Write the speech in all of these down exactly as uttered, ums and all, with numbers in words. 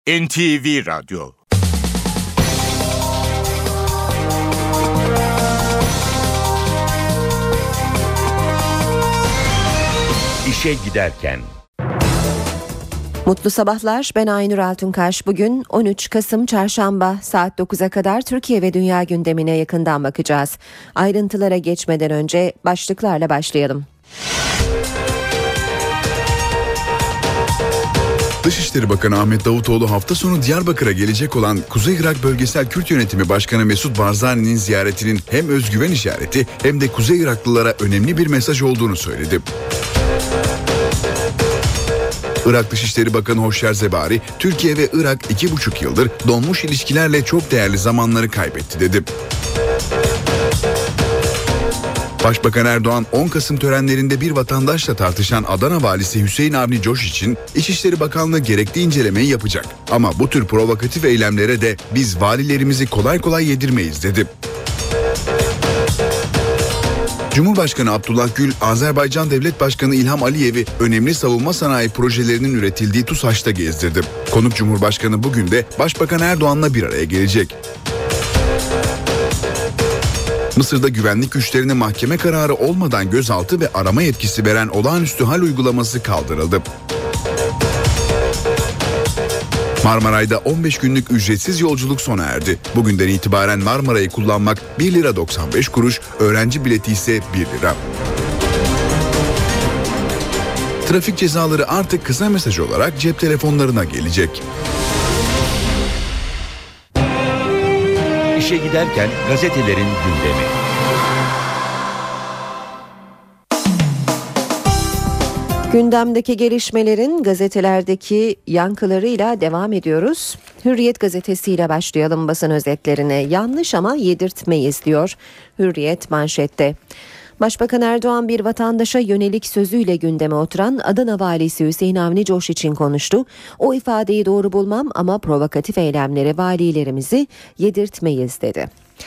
N T V Radyo. İşe giderken. Mutlu sabahlar, ben Aynur Altunkaş. Bugün on üç Kasım Çarşamba, saat dokuza kadar Türkiye ve dünya gündemine yakından bakacağız. Ayrıntılara geçmeden önce başlıklarla başlayalım. Dışişleri Bakanı Ahmet Davutoğlu hafta sonu Diyarbakır'a gelecek olan Kuzey Irak Bölgesel Kürt Yönetimi Başkanı Mesut Barzani'nin ziyaretinin hem özgüven işareti hem de Kuzey Iraklılara önemli bir mesaj olduğunu söyledi. Irak Dışişleri Bakanı Hoşyer Zebari, Türkiye ve Irak iki buçuk yıldır donmuş ilişkilerle çok değerli zamanları kaybetti dedi. Başbakan Erdoğan on Kasım törenlerinde bir vatandaşla tartışan Adana Valisi Hüseyin Avni Coş için İçişleri Bakanlığı gerekli incelemeyi yapacak. Ama bu tür provokatif eylemlere de biz valilerimizi kolay kolay yedirmeyiz dedi. Cumhurbaşkanı Abdullah Gül, Azerbaycan Devlet Başkanı İlham Aliyev'i önemli savunma sanayi projelerinin üretildiği TUSAŞ'ta gezdirdi. Konuk Cumhurbaşkanı bugün de Başbakan Erdoğan'la bir araya gelecek. Mısır'da güvenlik güçlerine mahkeme kararı olmadan gözaltı ve arama yetkisi veren olağanüstü hal uygulaması kaldırıldı. Marmaray'da on beş günlük ücretsiz yolculuk sona erdi. Bugünden itibaren Marmaray'ı kullanmak bir lira doksan beş kuruş, öğrenci bileti ise bir lira. Trafik cezaları artık kısa mesaj olarak cep telefonlarına gelecek. İşe giderken gazetelerin gündemi. Gündemdeki gelişmelerin gazetelerdeki yankılarıyla devam ediyoruz. Hürriyet gazetesiyle başlayalım basın özetlerine. Yanlış ama yedirtmeyiz diyor Hürriyet manşette. Başbakan Erdoğan bir vatandaşa yönelik sözüyle gündeme oturan Adana Valisi Hüseyin Avni Coş için konuştu. O ifadeyi doğru bulmam ama provokatif eylemlere valilerimizi yedirtmeyiz dedi.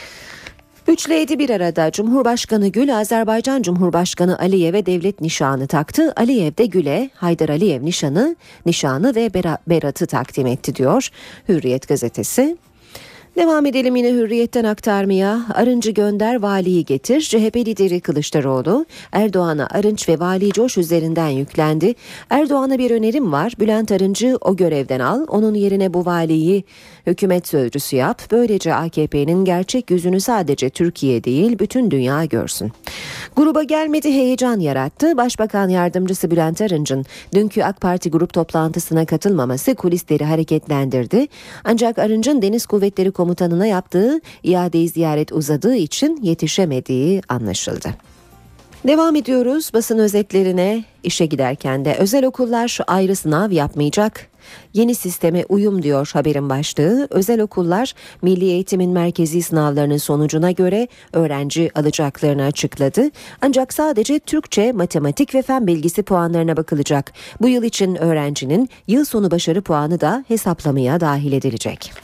Üçle yedi bir arada Cumhurbaşkanı Gül, Azerbaycan Cumhurbaşkanı Aliyev'e devlet nişanı taktı. Aliyev de Gül'e Haydar Aliyev nişanı, nişanı ve beratı takdim etti diyor Hürriyet gazetesi. Devam edelim yine Hürriyet'ten aktarmaya. Arınç'ı gönder, valiyi getir. C H P lideri Kılıçdaroğlu Erdoğan'a Arınç ve Vali Coş üzerinden yüklendi. Erdoğan'a bir önerim var. Bülent Arınç'ı o görevden al. Onun yerine bu valiyi hükümet sözcüsü yap. Böylece A K P'nin gerçek yüzünü sadece Türkiye değil bütün dünya görsün. Gruba gelmedi, heyecan yarattı. Başbakan Yardımcısı Bülent Arınç'ın dünkü AK Parti grup toplantısına katılmaması kulisleri hareketlendirdi. Ancak Arınç'ın Deniz Kuvvetleri Komutanına yaptığı iade-i ziyaret uzadığı için yetişemediği anlaşıldı. Devam ediyoruz basın özetlerine. İşe giderken de özel okullar ayrı sınav yapmayacak. Yeni sisteme uyum diyor haberin başlığı. Özel okullar Milli Eğitim'in merkezi sınavlarının sonucuna göre öğrenci alacaklarını açıkladı. Ancak sadece Türkçe, matematik ve fen bilgisi puanlarına bakılacak. Bu yıl için öğrencinin yıl sonu başarı puanı da hesaplamaya dahil edilecek.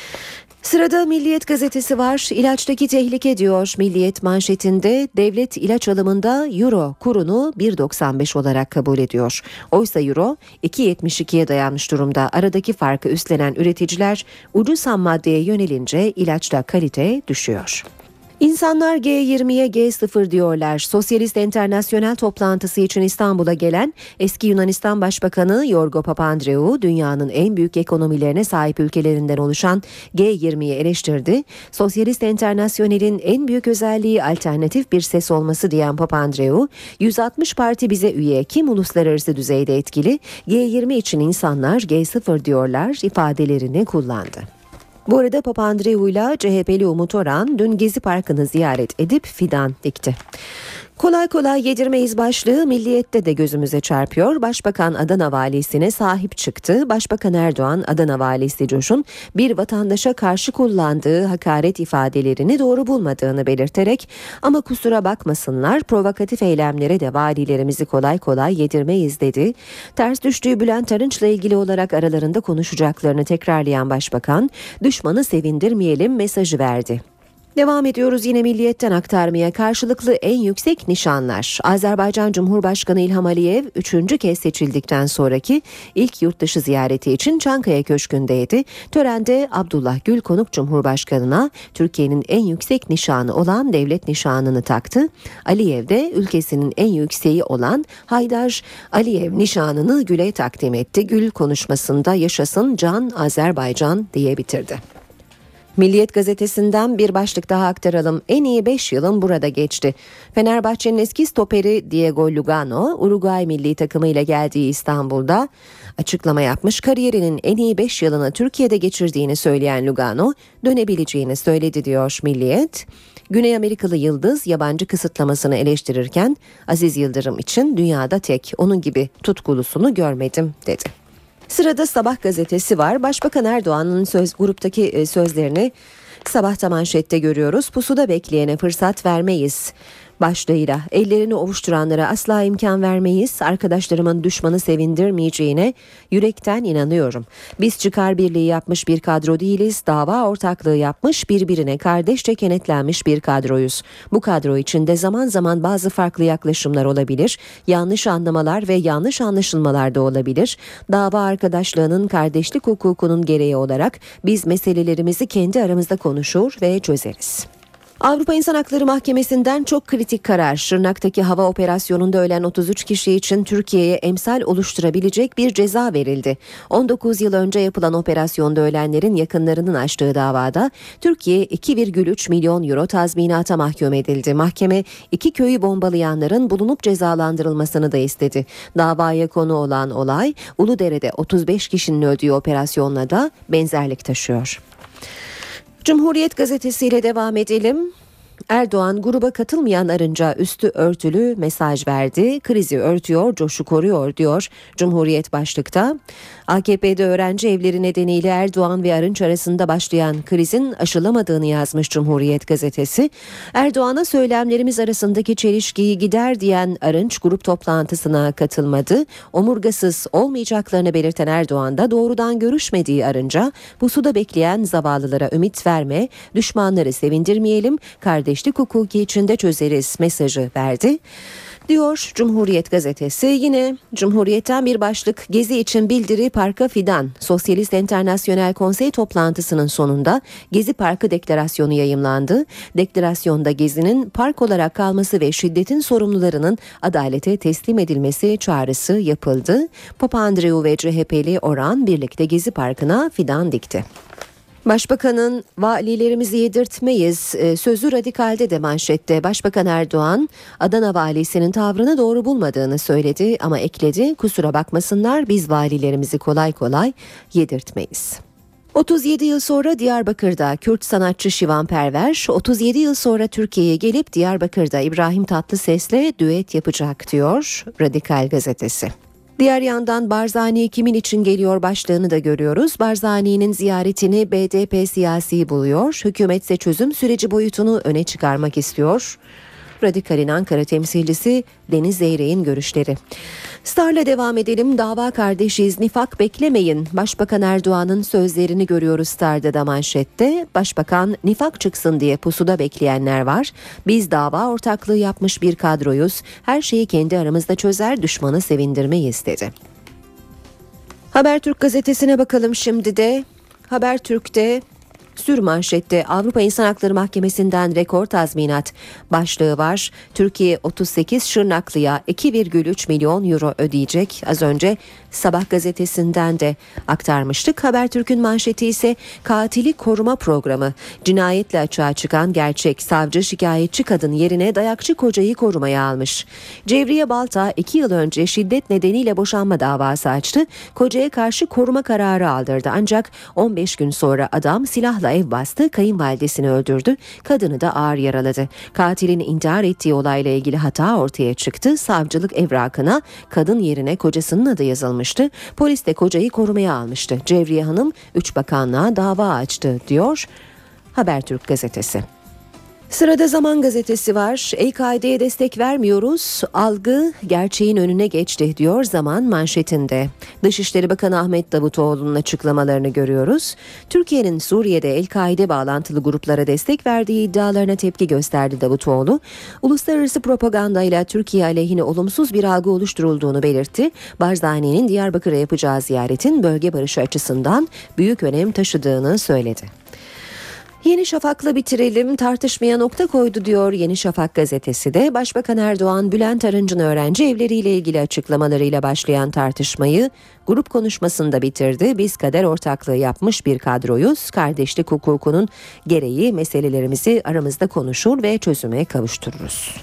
Sırada Milliyet gazetesi var. İlaçtaki tehlike diyor Milliyet manşetinde. Devlet ilaç alımında euro kurunu bir doksan beş olarak kabul ediyor. Oysa euro iki yetmiş ikiye dayanmış durumda. Aradaki farkı üstlenen üreticiler ucuz ham maddeye yönelince ilaçta kalite düşüyor. İnsanlar G yirmiye G sıfır diyorlar. Sosyalist Enternasyonel toplantısı için İstanbul'a gelen eski Yunanistan Başbakanı Yorgo Papandreou, dünyanın en büyük ekonomilerine sahip ülkelerinden oluşan G yirmiyi eleştirdi. Sosyalist Enternasyonel'in en büyük özelliği alternatif bir ses olması diyen Papandreou, yüz altmış parti bize üye, kim uluslararası düzeyde etkili, G yirmi için insanlar G sıfır diyorlar ifadelerini kullandı. Bu arada Papandreou'yla C H P'li Umut Orhan dün Gezi Parkı'nı ziyaret edip fidan dikti. Kolay kolay yedirmeyiz başlığı Milliyet'te de gözümüze çarpıyor. Başbakan Adana valisine sahip çıktı. Başbakan Erdoğan Adana valisi Coş'un bir vatandaşa karşı kullandığı hakaret ifadelerini doğru bulmadığını belirterek ama kusura bakmasınlar provokatif eylemlere de valilerimizi kolay kolay yedirmeyiz dedi. Ters düştüğü Bülent Arınç'la ilgili olarak aralarında konuşacaklarını tekrarlayan başbakan düşmanı sevindirmeyelim mesajı verdi. Devam ediyoruz yine Milliyet'ten aktarmaya. Karşılıklı en yüksek nişanlar. Azerbaycan Cumhurbaşkanı İlham Aliyev üçüncü kez seçildikten sonraki ilk yurtdışı ziyareti için Çankaya Köşkü'ndeydi. Törende Abdullah Gül konuk Cumhurbaşkanı'na Türkiye'nin en yüksek nişanı olan devlet nişanını taktı. Aliyev de ülkesinin en yükseği olan Haydar Aliyev nişanını Gül'e takdim etti. Gül konuşmasında yaşasın Can Azerbaycan diye bitirdi. Milliyet gazetesinden bir başlık daha aktaralım. En iyi beş yılın burada geçti. Fenerbahçe'nin eski stoperi Diego Lugano, Uruguay milli takımıyla geldiği İstanbul'da açıklama yapmış. Kariyerinin en iyi beş yılını Türkiye'de geçirdiğini söyleyen Lugano, dönebileceğini söyledi diyor Milliyet. Güney Amerikalı yıldız yabancı kısıtlamasını eleştirirken Aziz Yıldırım için dünyada tek onun gibi tutkulusunu görmedim dedi. Sırada Sabah gazetesi var. Başbakan Erdoğan'ın söz, gruptaki sözlerini Sabah'ta manşette görüyoruz. Pusuda bekleyene fırsat vermeyiz başlığıyla ellerini ovuşturanlara asla imkan vermeyiz. Arkadaşlarımın düşmanı sevindirmeyeceğine yürekten inanıyorum. Biz çıkar birliği yapmış bir kadro değiliz. Dava ortaklığı yapmış, birbirine kardeşçe kenetlenmiş bir kadroyuz. Bu kadro içinde zaman zaman bazı farklı yaklaşımlar olabilir. Yanlış anlamalar ve yanlış anlaşılmalar da olabilir. Dava arkadaşlığının kardeşlik hukukunun gereği olarak biz meselelerimizi kendi aramızda konuşur ve çözeriz. Avrupa İnsan Hakları Mahkemesi'nden çok kritik karar. Şırnak'taki hava operasyonunda ölen otuz üç kişi için Türkiye'ye emsal oluşturabilecek bir ceza verildi. on dokuz yıl önce yapılan operasyonda ölenlerin yakınlarının açtığı davada Türkiye iki virgül üç milyon euro tazminata mahkum edildi. Mahkeme iki köyü bombalayanların bulunup cezalandırılmasını da istedi. Davaya konu olan olay Uludere'de otuz beş kişinin öldüğü operasyonla da benzerlik taşıyor. Cumhuriyet gazetesiyle devam edelim. Erdoğan gruba katılmayan Arınç'a üstü örtülü mesaj verdi. Krizi örtüyor, coşu koruyor diyor Cumhuriyet başlıkta. A K P'de öğrenci evleri nedeniyle Erdoğan ve Arınç arasında başlayan krizin aşılamadığını yazmış Cumhuriyet gazetesi. Erdoğan'a söylemlerimiz arasındaki çelişkiyi gider diyen Arınç grup toplantısına katılmadı. Omurgasız olmayacaklarını belirten Erdoğan da doğrudan görüşmediği Arınç'a pusuda bekleyen zavallılara ümit verme, düşmanları sevindirmeyelim, kardeşlik hukuki içinde çözeriz mesajı verdi. Diyor Cumhuriyet gazetesi. Yine Cumhuriyet'ten bir başlık, Gezi için bildiri parka fidan. Sosyalist Enternasyonel Konsey toplantısının sonunda Gezi Parkı deklarasyonu yayımlandı. Deklarasyonda Gezi'nin park olarak kalması ve şiddetin sorumlularının adalete teslim edilmesi çağrısı yapıldı. Papandreou ve C H P'li Orhan birlikte Gezi Parkı'na fidan dikti. Başbakanın valilerimizi yedirtmeyiz sözü Radikal'de de manşette. Başbakan Erdoğan Adana valisinin tavrını doğru bulmadığını söyledi ama ekledi, kusura bakmasınlar biz valilerimizi kolay kolay yedirtmeyiz. otuz yedi yıl sonra Diyarbakır'da Kürt sanatçı Şivan Perver otuz yedi yıl sonra Türkiye'ye gelip Diyarbakır'da İbrahim Tatlıses'le düet yapacak diyor Radikal gazetesi. Diğer yandan Barzani kimin için geliyor başlığını da görüyoruz. Barzani'nin ziyaretini B D P siyasi buluyor. Hükümetse çözüm süreci boyutunu öne çıkarmak istiyor. Radikal'in Ankara temsilcisi Deniz Zeyrek'in görüşleri. Star'la devam edelim. Dava kardeşiz, nifak beklemeyin. Başbakan Erdoğan'ın sözlerini görüyoruz Star'da da manşette. Başbakan nifak çıksın diye pusuda bekleyenler var. Biz dava ortaklığı yapmış bir kadroyuz. Her şeyi kendi aramızda çözer, düşmanı sevindirmeyiz dedi. Habertürk gazetesine bakalım şimdi de. Habertürk'te sür manşette Avrupa İnsan Hakları Mahkemesi'nden rekor tazminat başlığı var. Türkiye otuz sekiz Şırnaklı'ya iki virgül üç milyon euro ödeyecek. Az önce Sabah gazetesinden de aktarmıştık. Habertürk'ün manşeti ise katili koruma programı. Cinayetle açığa çıkan gerçek, savcı şikayetçi kadın yerine dayakçı kocayı korumaya almış. Cevriye Balta iki yıl önce şiddet nedeniyle boşanma davası açtı. Kocaya karşı koruma kararı aldırdı. Ancak on beş gün sonra adam silahla ev bastı, kayınvalidesini öldürdü, kadını da ağır yaraladı. Katilin intihar ettiği olayla ilgili hata ortaya çıktı. Savcılık evrakına kadın yerine kocasının adı yazılmıştı. Polis de kocayı korumaya almıştı. Cevriye Hanım üç bakanlığa dava açtı diyor Habertürk gazetesi. Sırada Zaman Gazetesi var. El Kaide'ye destek vermiyoruz. Algı gerçeğin önüne geçti diyor Zaman manşetinde. Dışişleri Bakanı Ahmet Davutoğlu'nun açıklamalarını görüyoruz. Türkiye'nin Suriye'de El Kaide bağlantılı gruplara destek verdiği iddialarına tepki gösterdi Davutoğlu. Uluslararası propagandayla Türkiye aleyhine olumsuz bir algı oluşturulduğunu belirtti. Barzani'nin Diyarbakır'a yapacağı ziyaretin bölge barışı açısından büyük önem taşıdığını söyledi. Yeni Şafak'la bitirelim, tartışmaya nokta koydu diyor Yeni Şafak gazetesi de. Başbakan Erdoğan, Bülent Arınç'ın öğrenci evleriyle ilgili açıklamalarıyla başlayan tartışmayı grup konuşmasında bitirdi. Biz kader ortaklığı yapmış bir kadroyuz. Kardeşlik hukukunun gereği meselelerimizi aramızda konuşur ve çözüme kavuştururuz.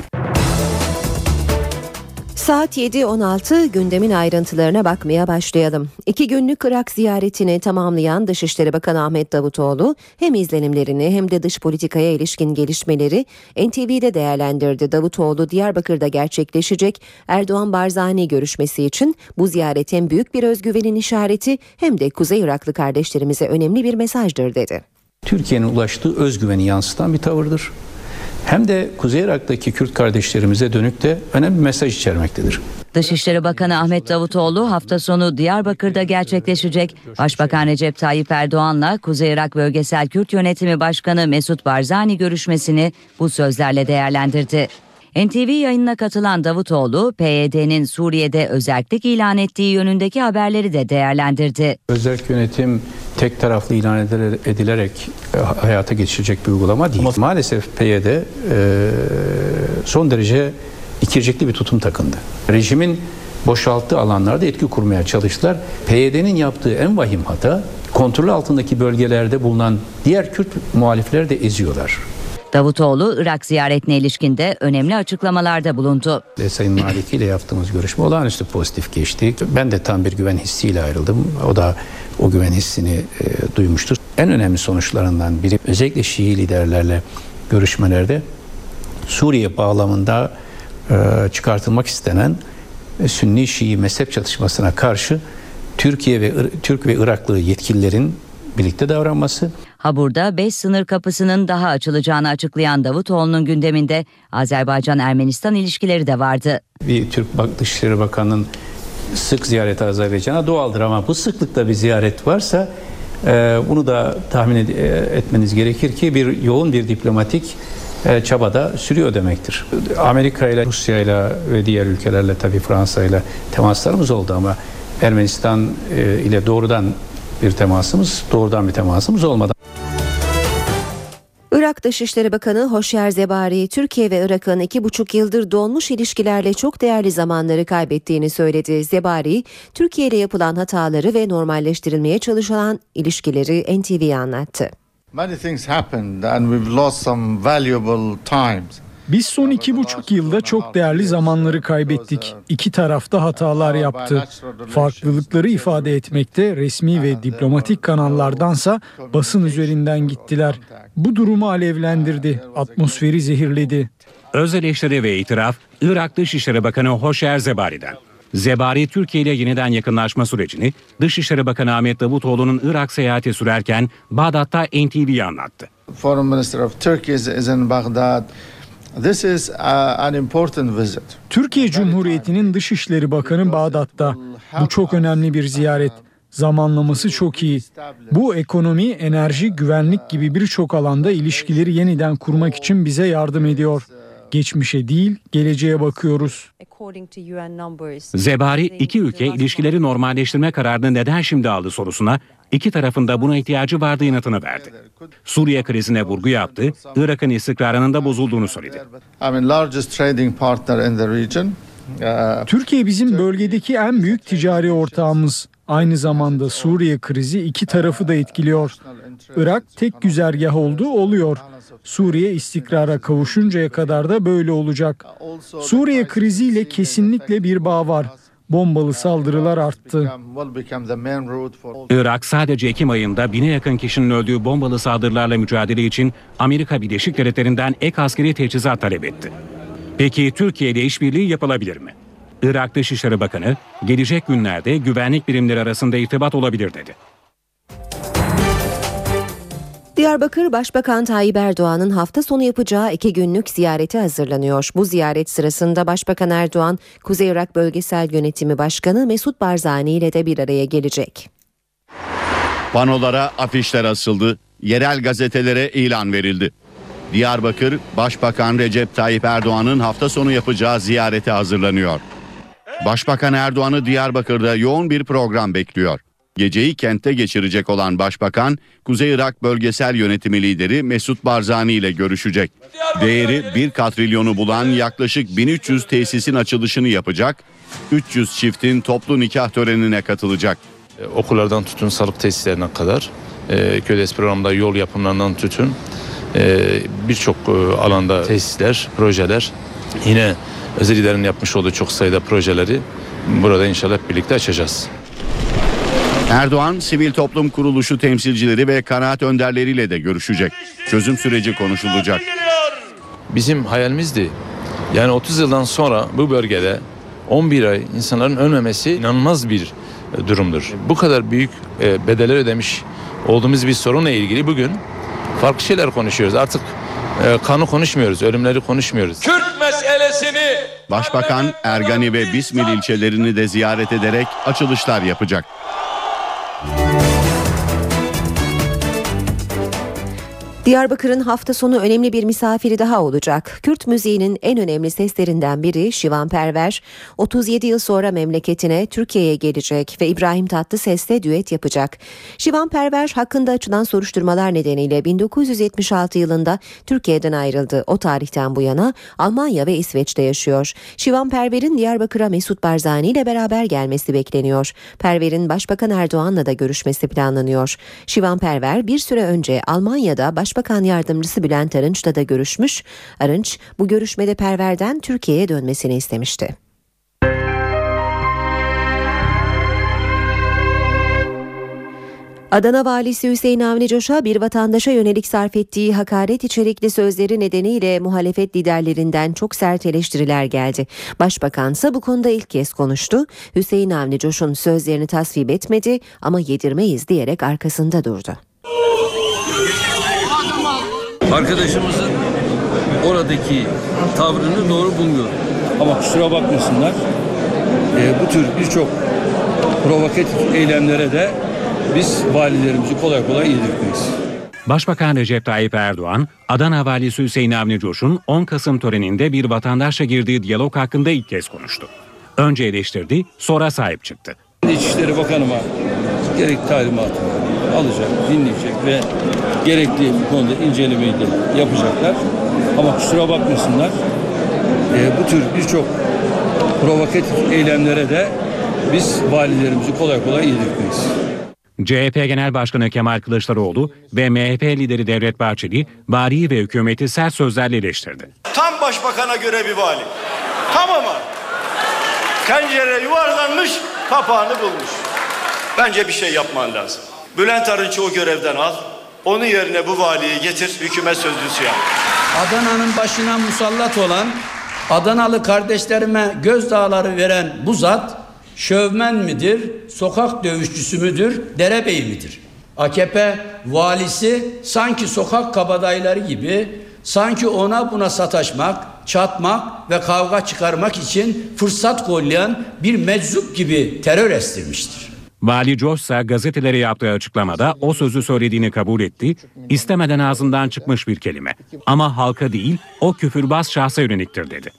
Saat yedi on altı, gündemin ayrıntılarına bakmaya başlayalım. İki günlük Irak ziyaretini tamamlayan Dışişleri Bakanı Ahmet Davutoğlu hem izlenimlerini hem de dış politikaya ilişkin gelişmeleri N T V'de değerlendirdi. Davutoğlu, Diyarbakır'da gerçekleşecek Erdoğan-Barzani görüşmesi için bu ziyaret hem büyük bir özgüvenin işareti hem de Kuzey Iraklı kardeşlerimize önemli bir mesajdır dedi. Türkiye'nin ulaştığı özgüveni yansıtan bir tavırdır. Hem de Kuzey Irak'taki Kürt kardeşlerimize dönük de önemli bir mesaj içermektedir. Dışişleri Bakanı Ahmet Davutoğlu hafta sonu Diyarbakır'da gerçekleşecek Başbakan Recep Tayyip Erdoğan'la Kuzey Irak Bölgesel Kürt Yönetimi Başkanı Mesut Barzani görüşmesini bu sözlerle değerlendirdi. N T V yayınına katılan Davutoğlu, P Y D'nin Suriye'de özerklik ilan ettiği yönündeki haberleri de değerlendirdi. Özerk yönetim tek taraflı ilan edilerek hayata geçirecek bir uygulama değil. Maalesef P Y D e, son derece ikircikli bir tutum takındı. Rejimin boşalttığı alanlarda etki kurmaya çalıştılar. P Y D'nin yaptığı en vahim hata, kontrolü altındaki bölgelerde bulunan diğer Kürt muhalifleri de eziyorlar. Davutoğlu, Irak ziyaretine ilişkin de önemli açıklamalarda bulundu. Sayın Maliki ile yaptığımız görüşme olağanüstü pozitif geçti. Ben de tam bir güven hissiyle ayrıldım. O da o güven hissini e, duymuştur. En önemli sonuçlarından biri özellikle Şii liderlerle görüşmelerde Suriye bağlamında e, çıkartılmak istenen e, Sünni Şii mezhep çatışmasına karşı Türkiye ve Türk ve Iraklı yetkililerin birlikte davranması. Habur'da beş sınır kapısının daha açılacağını açıklayan Davutoğlu'nun gündeminde Azerbaycan-Ermenistan ilişkileri de vardı. Bir Türk Dışişleri Bakanı'nın sık ziyareti Azerbaycan'a doğaldır ama bu sıklıkta bir ziyaret varsa e, bunu da tahmin ed- etmeniz gerekir ki bir yoğun bir diplomatik e, çabada sürüyor demektir. Amerika ile Rusya ile ve diğer ülkelerle tabii Fransa ile temaslarımız oldu ama Ermenistan e, ile doğrudan bir temasımız, doğrudan bir temasımız olmadı. Irak Dışişleri Bakanı Hoşyer Zebari, Türkiye ve Irak'ın iki buçuk yıldır donmuş ilişkilerle çok değerli zamanları kaybettiğini söyledi. Zebari, Türkiye ile yapılan hataları ve normalleştirilmeye çalışılan ilişkileri N T V'ye anlattı. Many things happened and we've lost some valuable times. Biz son iki buçuk yılda çok değerli zamanları kaybettik. İki tarafta hatalar yaptı. Farklılıkları ifade etmekte resmi ve diplomatik kanallardansa basın üzerinden gittiler. Bu durumu alevlendirdi, atmosferi zehirledi. Öz eleştiri ve itiraf Irak Dışişleri Bakanı Hoşyer Zebari'den. Zebari, Türkiye ile yeniden yakınlaşma sürecini Dışişleri Bakanı Ahmet Davutoğlu'nun Irak seyahati sürerken Bağdat'ta N T V'ye anlattı. Foreign Minister of Turkey is in Baghdad. This is an important visit. Türkiye Cumhuriyeti'nin Dışişleri Bakanı Bağdat'ta. Bu çok önemli bir ziyaret. Zamanlaması çok iyi. Bu ekonomi, enerji, güvenlik gibi birçok alanda ilişkileri yeniden kurmak için bize yardım ediyor. Geçmişe değil, geleceğe bakıyoruz. Zebari, iki ülke ilişkileri normalleştirme kararını neden şimdi aldı sorusuna iki tarafın da buna ihtiyacı vardı yanıtını verdi. Suriye krizine vurgu yaptı, Irak'ın istikrarının da bozulduğunu söyledi. Türkiye bizim bölgedeki en büyük ticari ortağımız. Aynı zamanda Suriye krizi iki tarafı da etkiliyor. Irak tek güzergah oldu, oluyor. Suriye istikrara kavuşuncaya kadar da böyle olacak. Suriye kriziyle kesinlikle bir bağ var. Bombalı saldırılar arttı. Irak sadece Ekim ayında bine yakın kişinin öldüğü bombalı saldırılarla mücadele için Amerika Birleşik Devletleri'nden ek askeri teçhizat talep etti. Peki Türkiye ile işbirliği yapılabilir mi? Irak Dışişleri Bakanı, gelecek günlerde güvenlik birimleri arasında irtibat olabilir dedi. Diyarbakır Başbakan Tayyip Erdoğan'ın hafta sonu yapacağı iki günlük ziyareti hazırlanıyor. Bu ziyaret sırasında Başbakan Erdoğan, Kuzey Irak Bölgesel Yönetimi Başkanı Mesut Barzani ile de bir araya gelecek. Panolara afişler asıldı, yerel gazetelere ilan verildi. Diyarbakır, Başbakan Recep Tayyip Erdoğan'ın hafta sonu yapacağı ziyarete hazırlanıyor. Başbakan Erdoğan'ı Diyarbakır'da yoğun bir program bekliyor. Geceyi kentte geçirecek olan Başbakan, Kuzey Irak Bölgesel Yönetimi lideri Mesut Barzani ile görüşecek. Değeri bir katrilyonu bulan yaklaşık bin üç yüz tesisin açılışını yapacak, üç yüz çiftin toplu nikah törenine katılacak. Okullardan tutun sağlık tesislerine kadar, e, KÖDES programında yol yapımlarından tutun e, birçok e, alanda tesisler, projeler, yine özel idarenin yapmış olduğu çok sayıda projeleri burada inşallah hep birlikte açacağız. Erdoğan, sivil toplum kuruluşu temsilcileri ve kanaat önderleriyle de görüşecek. Çözüm süreci konuşulacak. Bizim hayalimizdi. Yani otuz yıldan sonra bu bölgede on bir ay insanların ölmemesi inanılmaz bir durumdur. Bu kadar büyük bedeller ödemiş olduğumuz bir sorunla ilgili bugün farklı şeyler konuşuyoruz. Artık kanı konuşmuyoruz, ölümleri konuşmuyoruz. Kürt meselesini... Başbakan Ergani ve Bismil ilçelerini de ziyaret ederek açılışlar yapacak. Diyarbakır'ın hafta sonu önemli bir misafiri daha olacak. Kürt müziğinin en önemli seslerinden biri Şivan Perver, otuz yedi yıl sonra memleketine Türkiye'ye gelecek ve İbrahim Tatlıses'le düet yapacak. Şivan Perver hakkında açılan soruşturmalar nedeniyle bin dokuz yüz yetmiş altı yılında Türkiye'den ayrıldı. O tarihten bu yana Almanya ve İsveç'te yaşıyor. Şivan Perver'in Diyarbakır'a Mesut Barzani ile beraber gelmesi bekleniyor. Perver'in Başbakan Erdoğan'la da görüşmesi planlanıyor. Şivan Perver bir süre önce Almanya'da Başbakan Başbakan Yardımcısı Bülent Arınç'la da görüşmüş. Arınç bu görüşmede Perver'den Türkiye'ye dönmesini istemişti. Adana Valisi Hüseyin Avni Coş'a bir vatandaşa yönelik sarf ettiği hakaret içerikli sözleri nedeniyle muhalefet liderlerinden çok sert eleştiriler geldi. Başbakan ise bu konuda ilk kez konuştu. Hüseyin Avni Coş'un sözlerini tasvip etmedi ama yedirmeyiz diyerek arkasında durdu. Arkadaşımızın oradaki tavrını doğru bulmuyorum. Ama kusura bakmasınlar, e, bu tür birçok provokatif eylemlere de biz valilerimizi kolay kolay yedirtmeyiz. Başbakan Recep Tayyip Erdoğan, Adana Valisi Hüseyin Avni Coş'un on Kasım töreninde bir vatandaşla girdiği diyalog hakkında ilk kez konuştu. Önce eleştirdi, sonra sahip çıktı. İçişleri Bakanıma gerekli talimatını alacak, dinleyecek ve gerekli bu konuda incelemeyi de yapacaklar. Ama kusura bakmasınlar, e, bu tür birçok provokatif eylemlere de biz valilerimizi kolay kolay yedirtmeyiz. C H P Genel Başkanı Kemal Kılıçdaroğlu ve M H P lideri Devlet Bahçeli, valiyi ve hükümeti sert sözlerle eleştirdi. Tam başbakana göre bir vali. Tam ama tencere yuvarlanmış, kapağını bulmuş. Bence bir şey yapman lazım. Bülent Arınç'ı o görevden al. Onun yerine bu valiyi getir, hükümet sözcüsü yap. Adana'nın başına musallat olan, Adanalı kardeşlerime gözdağları veren bu zat şövmen midir, sokak dövüşçüsü müdür, derebey midir? A K P valisi sanki sokak kabadayıları gibi, sanki ona buna sataşmak, çatmak ve kavga çıkarmak için fırsat kollayan bir meczup gibi terör estirmiştir. Vali Coş ise gazetelere yaptığı açıklamada o sözü söylediğini kabul etti, istemeden ağzından çıkmış bir kelime. Ama halka değil, o küfürbaz şahsa yöneliktir dedi.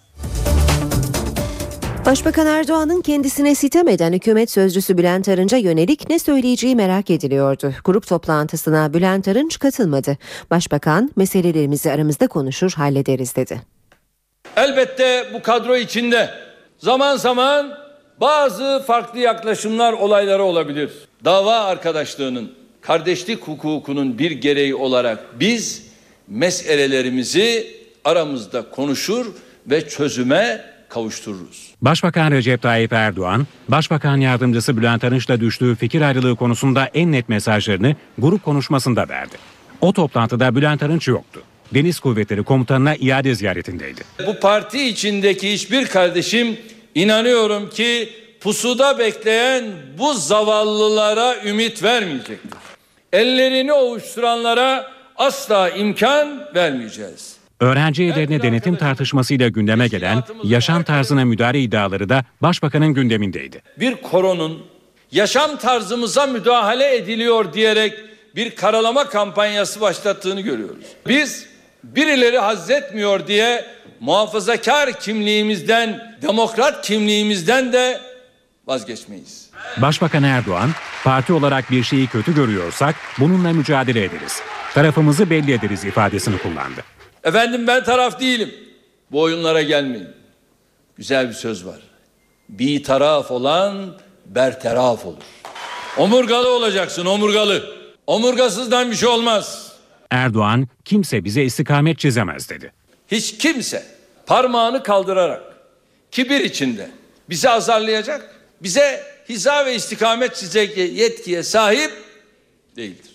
Başbakan Erdoğan'ın kendisine sitem eden hükümet sözcüsü Bülent Arınç'a yönelik ne söyleyeceği merak ediliyordu. Grup toplantısına Bülent Arınç katılmadı. Başbakan meselelerimizi aramızda konuşur hallederiz dedi. Elbette bu kadro içinde zaman zaman bazı farklı yaklaşımlar olayları olabilir. Dava arkadaşlığının, kardeşlik hukukunun bir gereği olarak biz meselelerimizi aramızda konuşur ve çözüme kavuştururuz. Başbakan Recep Tayyip Erdoğan, Başbakan Yardımcısı Bülent Arınç'la düştüğü fikir ayrılığı konusunda en net mesajlarını grup konuşmasında verdi. O toplantıda Bülent Arınç yoktu. Deniz Kuvvetleri Komutanı'na iade ziyaretindeydi. Bu parti içindeki hiçbir kardeşim inanıyorum ki pusuda bekleyen bu zavallılara ümit vermeyecektir. Ellerini ovuşturanlara asla imkan vermeyeceğiz. Öğrenci evlerine denetim tartışmasıyla gündeme gelen yaşam tarzına müdahale iddiaları da Başbakanın gündemindeydi. Bir koronun yaşam tarzımıza müdahale ediliyor diyerek bir karalama kampanyası başlattığını görüyoruz. Biz birileri hazzetmiyor diye muhafazakar kimliğimizden, demokrat kimliğimizden de vazgeçmeyiz. Başbakan Erdoğan, parti olarak bir şeyi kötü görüyorsak bununla mücadele ederiz. Tarafımızı belli ederiz ifadesini kullandı. Efendim ben taraf değilim. Bu oyunlara gelmeyin. Güzel bir söz var. Bir taraf olan bertaraf olur. Omurgalı olacaksın, omurgalı. Omurgasızdan bir şey olmaz. Erdoğan, kimse bize istikamet çizemez dedi. Hiç kimse parmağını kaldırarak kibir içinde bizi azarlayacak, bize hiza ve istikamet çizecek yetkiye sahip değildir.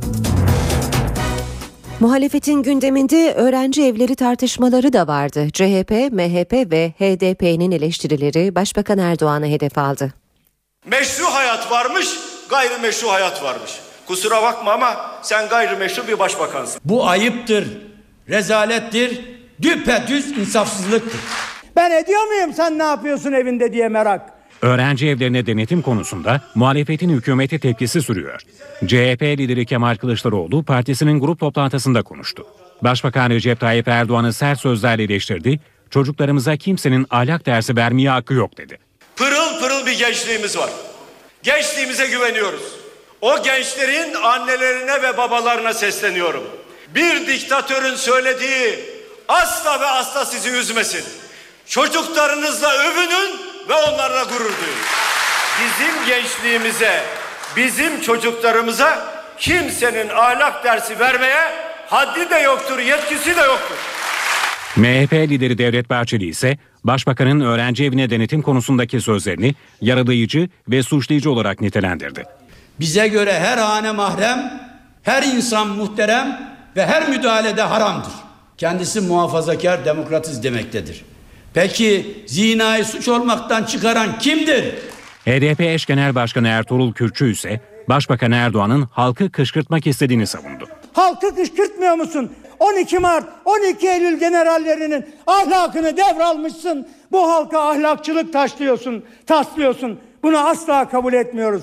Muhalefetin gündeminde öğrenci evleri tartışmaları da vardı. C H P, M H P ve H D P'nin eleştirileri Başbakan Erdoğan'a hedef aldı. Meşru hayat varmış, gayrimeşru hayat varmış. Kusura bakma ama sen gayrimeşru bir başbakansın. Bu ayıptır, rezalettir, düpedüz insafsızlıktır. Ben ediyor muyum sen ne yapıyorsun evinde diye merak. Öğrenci evlerine denetim konusunda muhalefetin hükümete tepkisi sürüyor. C H P lideri Kemal Kılıçdaroğlu partisinin grup toplantısında konuştu. Başbakan Recep Tayyip Erdoğan'ı sert sözlerle eleştirdi. Çocuklarımıza kimsenin ahlak dersi vermeye hakkı yok dedi. Pırıl pırıl bir gençliğimiz var. Gençliğimize güveniyoruz. O gençlerin annelerine ve babalarına sesleniyorum. Bir diktatörün söylediği asla ve asla sizi üzmesin. Çocuklarınızla övünün ve onlarla gurur duyun. Bizim gençliğimize, bizim çocuklarımıza kimsenin ahlak dersi vermeye haddi de yoktur, yetkisi de yoktur. M H P lideri Devlet Bahçeli ise Başbakanın öğrenci evine denetim konusundaki sözlerini yaralayıcı ve suçlayıcı olarak nitelendirdi. Bize göre her hane mahrem, her insan muhterem ve her müdahalede haramdır. Kendisi muhafazakar, demokratiz demektedir. Peki zinayı suç olmaktan çıkaran kimdir? H D P eş genel başkanı Ertuğrul Kürkçü ise Başbakan Erdoğan'ın halkı kışkırtmak istediğini savundu. Halkı kışkırtmıyor musun? on iki Mart, on iki Eylül generallerinin ahlakını devralmışsın. Bu halka ahlakçılık taşlıyorsun, taslıyorsun. Bunu asla kabul etmiyoruz.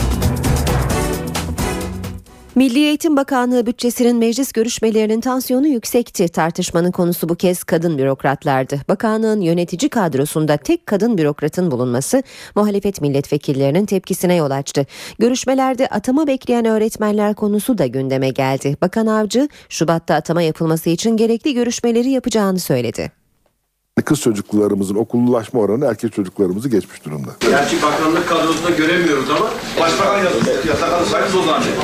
Milli Eğitim Bakanlığı bütçesinin meclis görüşmelerinin tansiyonu yüksekti. Tartışmanın konusu bu kez kadın bürokratlardı. Bakanlığın yönetici kadrosunda tek kadın bürokratın bulunması muhalefet milletvekillerinin tepkisine yol açtı. Görüşmelerde atama bekleyen öğretmenler konusu da gündeme geldi. Bakan Avcı, Şubat'ta atama yapılması için gerekli görüşmeleri yapacağını söyledi. Kız çocuklarımızın okullaşma oranı erkek çocuklarımızı geçmiş durumda. Gerçi bakanlık kadrosunda göremiyoruz ama başbakan yasak alırsanız o zaman.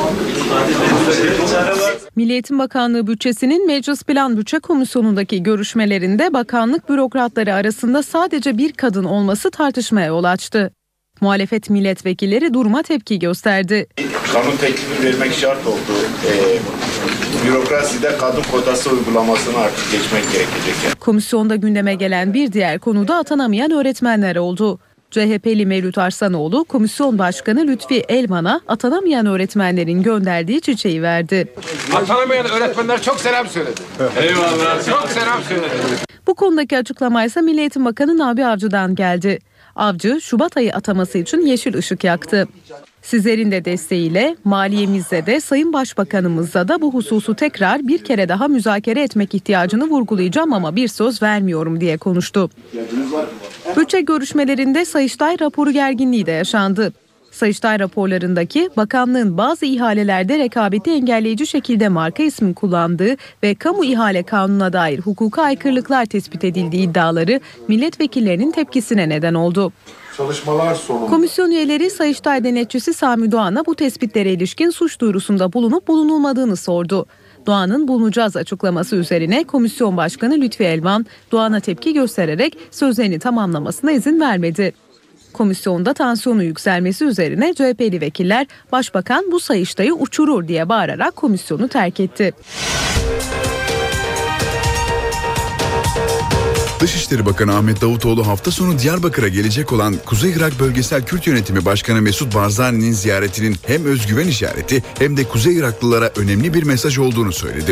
Milli Eğitim Bakanlığı bütçesinin Meclis Plan Bütçe Komisyonu'ndaki görüşmelerinde bakanlık bürokratları arasında sadece bir kadın olması tartışmaya yol açtı. Muhalefet milletvekilleri duruma tepki gösterdi. Kanun teklifi vermek şart oldu. Ee, bürokraside kadın kotası uygulamasını artık geçmek gerekecek. Komisyonda gündeme gelen bir diğer konu da atanamayan öğretmenler oldu. C H P'li Mevlüt Arslanoğlu, Komisyon Başkanı Lütfi Elvan'a atanamayan öğretmenlerin gönderdiği çiçeği verdi. Atanamayan öğretmenler çok selam söyledi. Eyvallah. Çok selam söyledi. Bu konudaki açıklama ise Milli Eğitim Bakanı Nabi Avcı'dan geldi. Avcı, Şubat ayı ataması için yeşil ışık yaktı. Sizlerin de desteğiyle maliyemizde de Sayın Başbakanımızla da bu hususu tekrar bir kere daha müzakere etmek ihtiyacını vurgulayacağım ama bir söz vermiyorum diye konuştu. Bütçe görüşmelerinde Sayıştay raporu gerginliği de yaşandı. Sayıştay raporlarındaki bakanlığın bazı ihalelerde rekabeti engelleyici şekilde marka ismi kullandığı ve kamu ihale kanununa dair hukuka aykırılıklar tespit edildiği iddiaları milletvekillerinin tepkisine neden oldu. Çalışmalar sonunda. Komisyon üyeleri Sayıştay denetçisi Sami Doğan'a bu tespitlere ilişkin suç duyurusunda bulunup bulunulmadığını sordu. Doğan'ın bulunacağız açıklaması üzerine Komisyon Başkanı Lütfi Elvan, Doğan'a tepki göstererek sözlerini tamamlamasına izin vermedi. Komisyonda tansiyonu yükselmesi üzerine C H P'li vekiller Başbakan bu Sayıştay'ı uçurur diye bağırarak komisyonu terk etti. Dışişleri Bakanı Ahmet Davutoğlu hafta sonu Diyarbakır'a gelecek olan Kuzey Irak Bölgesel Kürt Yönetimi Başkanı Mesut Barzani'nin ziyaretinin hem özgüven işareti hem de Kuzey Iraklılara önemli bir mesaj olduğunu söyledi.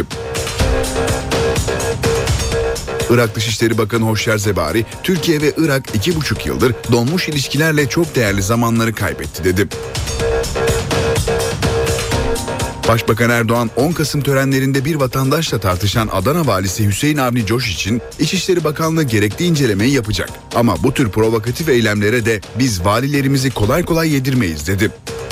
Irak Dışişleri Bakanı Hoşyer Zebari, Türkiye ve Irak iki buçuk yıldır donmuş ilişkilerle çok değerli zamanları kaybetti dedi. Başbakan Erdoğan on Kasım törenlerinde bir vatandaşla tartışan Adana valisi Hüseyin Avni Coş için İçişleri Bakanlığı gerekli incelemeyi yapacak. Ama bu tür provokatif eylemlere de biz valilerimizi kolay kolay yedirmeyiz dedi.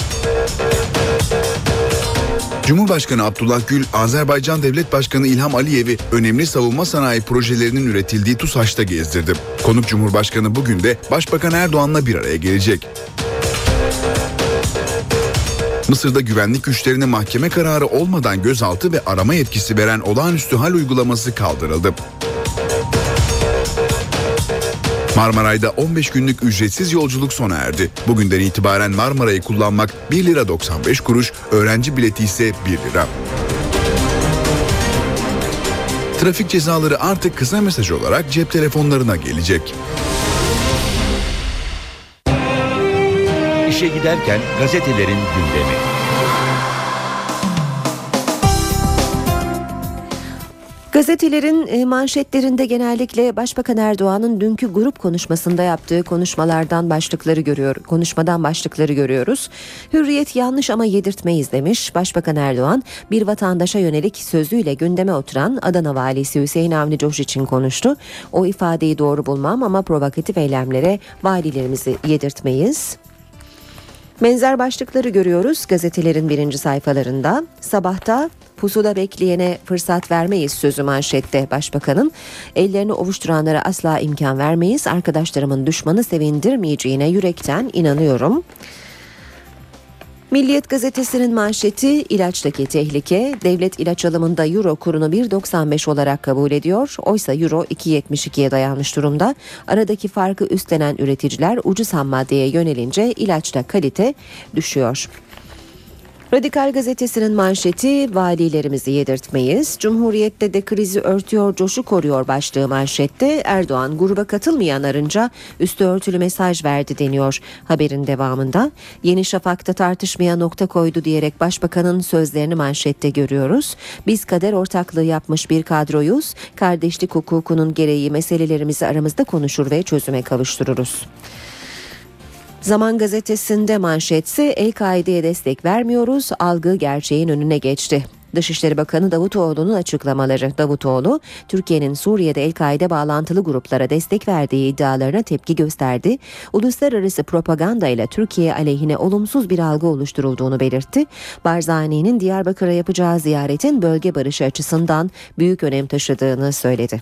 Cumhurbaşkanı Abdullah Gül, Azerbaycan Devlet Başkanı İlham Aliyev'i önemli savunma sanayi projelerinin üretildiği TUSAŞ'ta gezdirdi. Konuk Cumhurbaşkanı bugün de Başbakan Erdoğan'la bir araya gelecek. Mısır'da güvenlik güçlerine mahkeme kararı olmadan gözaltı ve arama yetkisi veren olağanüstü hal uygulaması kaldırıldı. Marmaray'da on beş günlük ücretsiz yolculuk sona erdi. Bugünden itibaren Marmaray'ı kullanmak bir lira doksan beş kuruş, öğrenci bileti ise bir lira. Trafik cezaları artık kısa mesaj olarak cep telefonlarına gelecek. İşe giderken gazetelerin gündemi. Gazetelerin manşetlerinde genellikle Başbakan Erdoğan'ın dünkü grup konuşmasında yaptığı konuşmalardan başlıkları görüyor, konuşmadan başlıkları görüyoruz. Hürriyet yanlış ama yedirtmeyiz demiş. Başbakan Erdoğan bir vatandaşa yönelik sözüyle gündeme oturan Adana valisi Hüseyin Avni Coş için konuştu. O ifadeyi doğru bulmam ama provokatif eylemlere valilerimizi yedirtmeyiz. Benzer başlıkları görüyoruz gazetelerin birinci sayfalarında. Sabahta pusuda bekleyene fırsat vermeyiz sözü manşette başbakanın. Ellerini ovuşturanlara asla imkan vermeyiz. Arkadaşlarımın düşmanı sevindirmeyeceğine yürekten inanıyorum. Milliyet gazetesinin manşeti ilaçtaki tehlike. Devlet ilaç alımında euro kurunu bir doksan beş olarak kabul ediyor. Oysa euro iki yetmiş ikiye dayanmış durumda. Aradaki farkı üstlenen üreticiler ucuz ham maddeye yönelince ilaçta kalite düşüyor. Radikal gazetesinin manşeti valilerimizi yedirtmeyiz. Cumhuriyette de krizi örtüyor, coşu koruyor başlığı manşette. Erdoğan gruba katılmayan arınca üstü örtülü mesaj verdi deniyor. Haberin devamında Yeni Şafak'ta tartışmaya nokta koydu diyerek başbakanın sözlerini manşette görüyoruz. Biz kader ortaklığı yapmış bir kadroyuz. Kardeşlik hukukunun gereği meselelerimizi aramızda konuşur ve çözüme kavuştururuz. Zaman gazetesinde manşetse El-Kaide'ye destek vermiyoruz, algı gerçeğin önüne geçti. Dışişleri Bakanı Davutoğlu'nun açıklamaları. Davutoğlu, Türkiye'nin Suriye'de El-Kaide bağlantılı gruplara destek verdiği iddialarına tepki gösterdi. Uluslararası propaganda ile Türkiye aleyhine olumsuz bir algı oluşturulduğunu belirtti. Barzani'nin Diyarbakır'a yapacağı ziyaretin bölge barışı açısından büyük önem taşıdığını söyledi.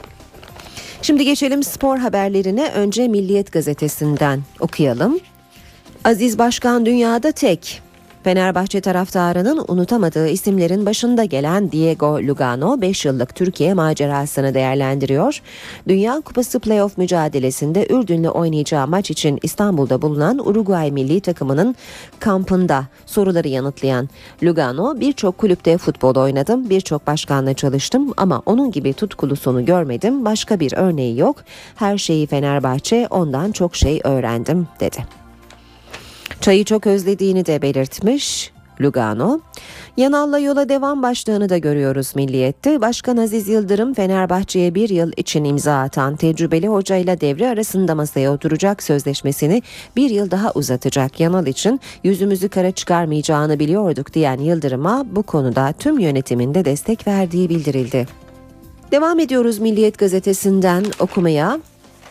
Şimdi geçelim spor haberlerine. Önce Milliyet gazetesinden okuyalım. Aziz Başkan dünyada tek. Fenerbahçe taraftarının unutamadığı isimlerin başında gelen Diego Lugano beş yıllık Türkiye macerasını değerlendiriyor. Dünya Kupası playoff mücadelesinde Ürdün'le oynayacağı maç için İstanbul'da bulunan Uruguay milli takımının kampında soruları yanıtlayan Lugano, birçok kulüpte futbol oynadım, birçok başkanla çalıştım ama onun gibi tutkulusunu görmedim, başka bir örneği yok. Her şeyi Fenerbahçe, ondan çok şey öğrendim dedi. Çayı çok özlediğini de belirtmiş Lugano. Yanal'la yola devam başlığını da görüyoruz Milliyet'te. Başkan Aziz Yıldırım, Fenerbahçe'ye bir yıl için imza atan tecrübeli hocayla devre arasında masaya oturacak sözleşmesini bir yıl daha uzatacak. Yanal için yüzümüzü kara çıkarmayacağını biliyorduk diyen Yıldırım'a bu konuda tüm yönetiminde destek verdiği bildirildi. Devam ediyoruz Milliyet gazetesinden okumaya.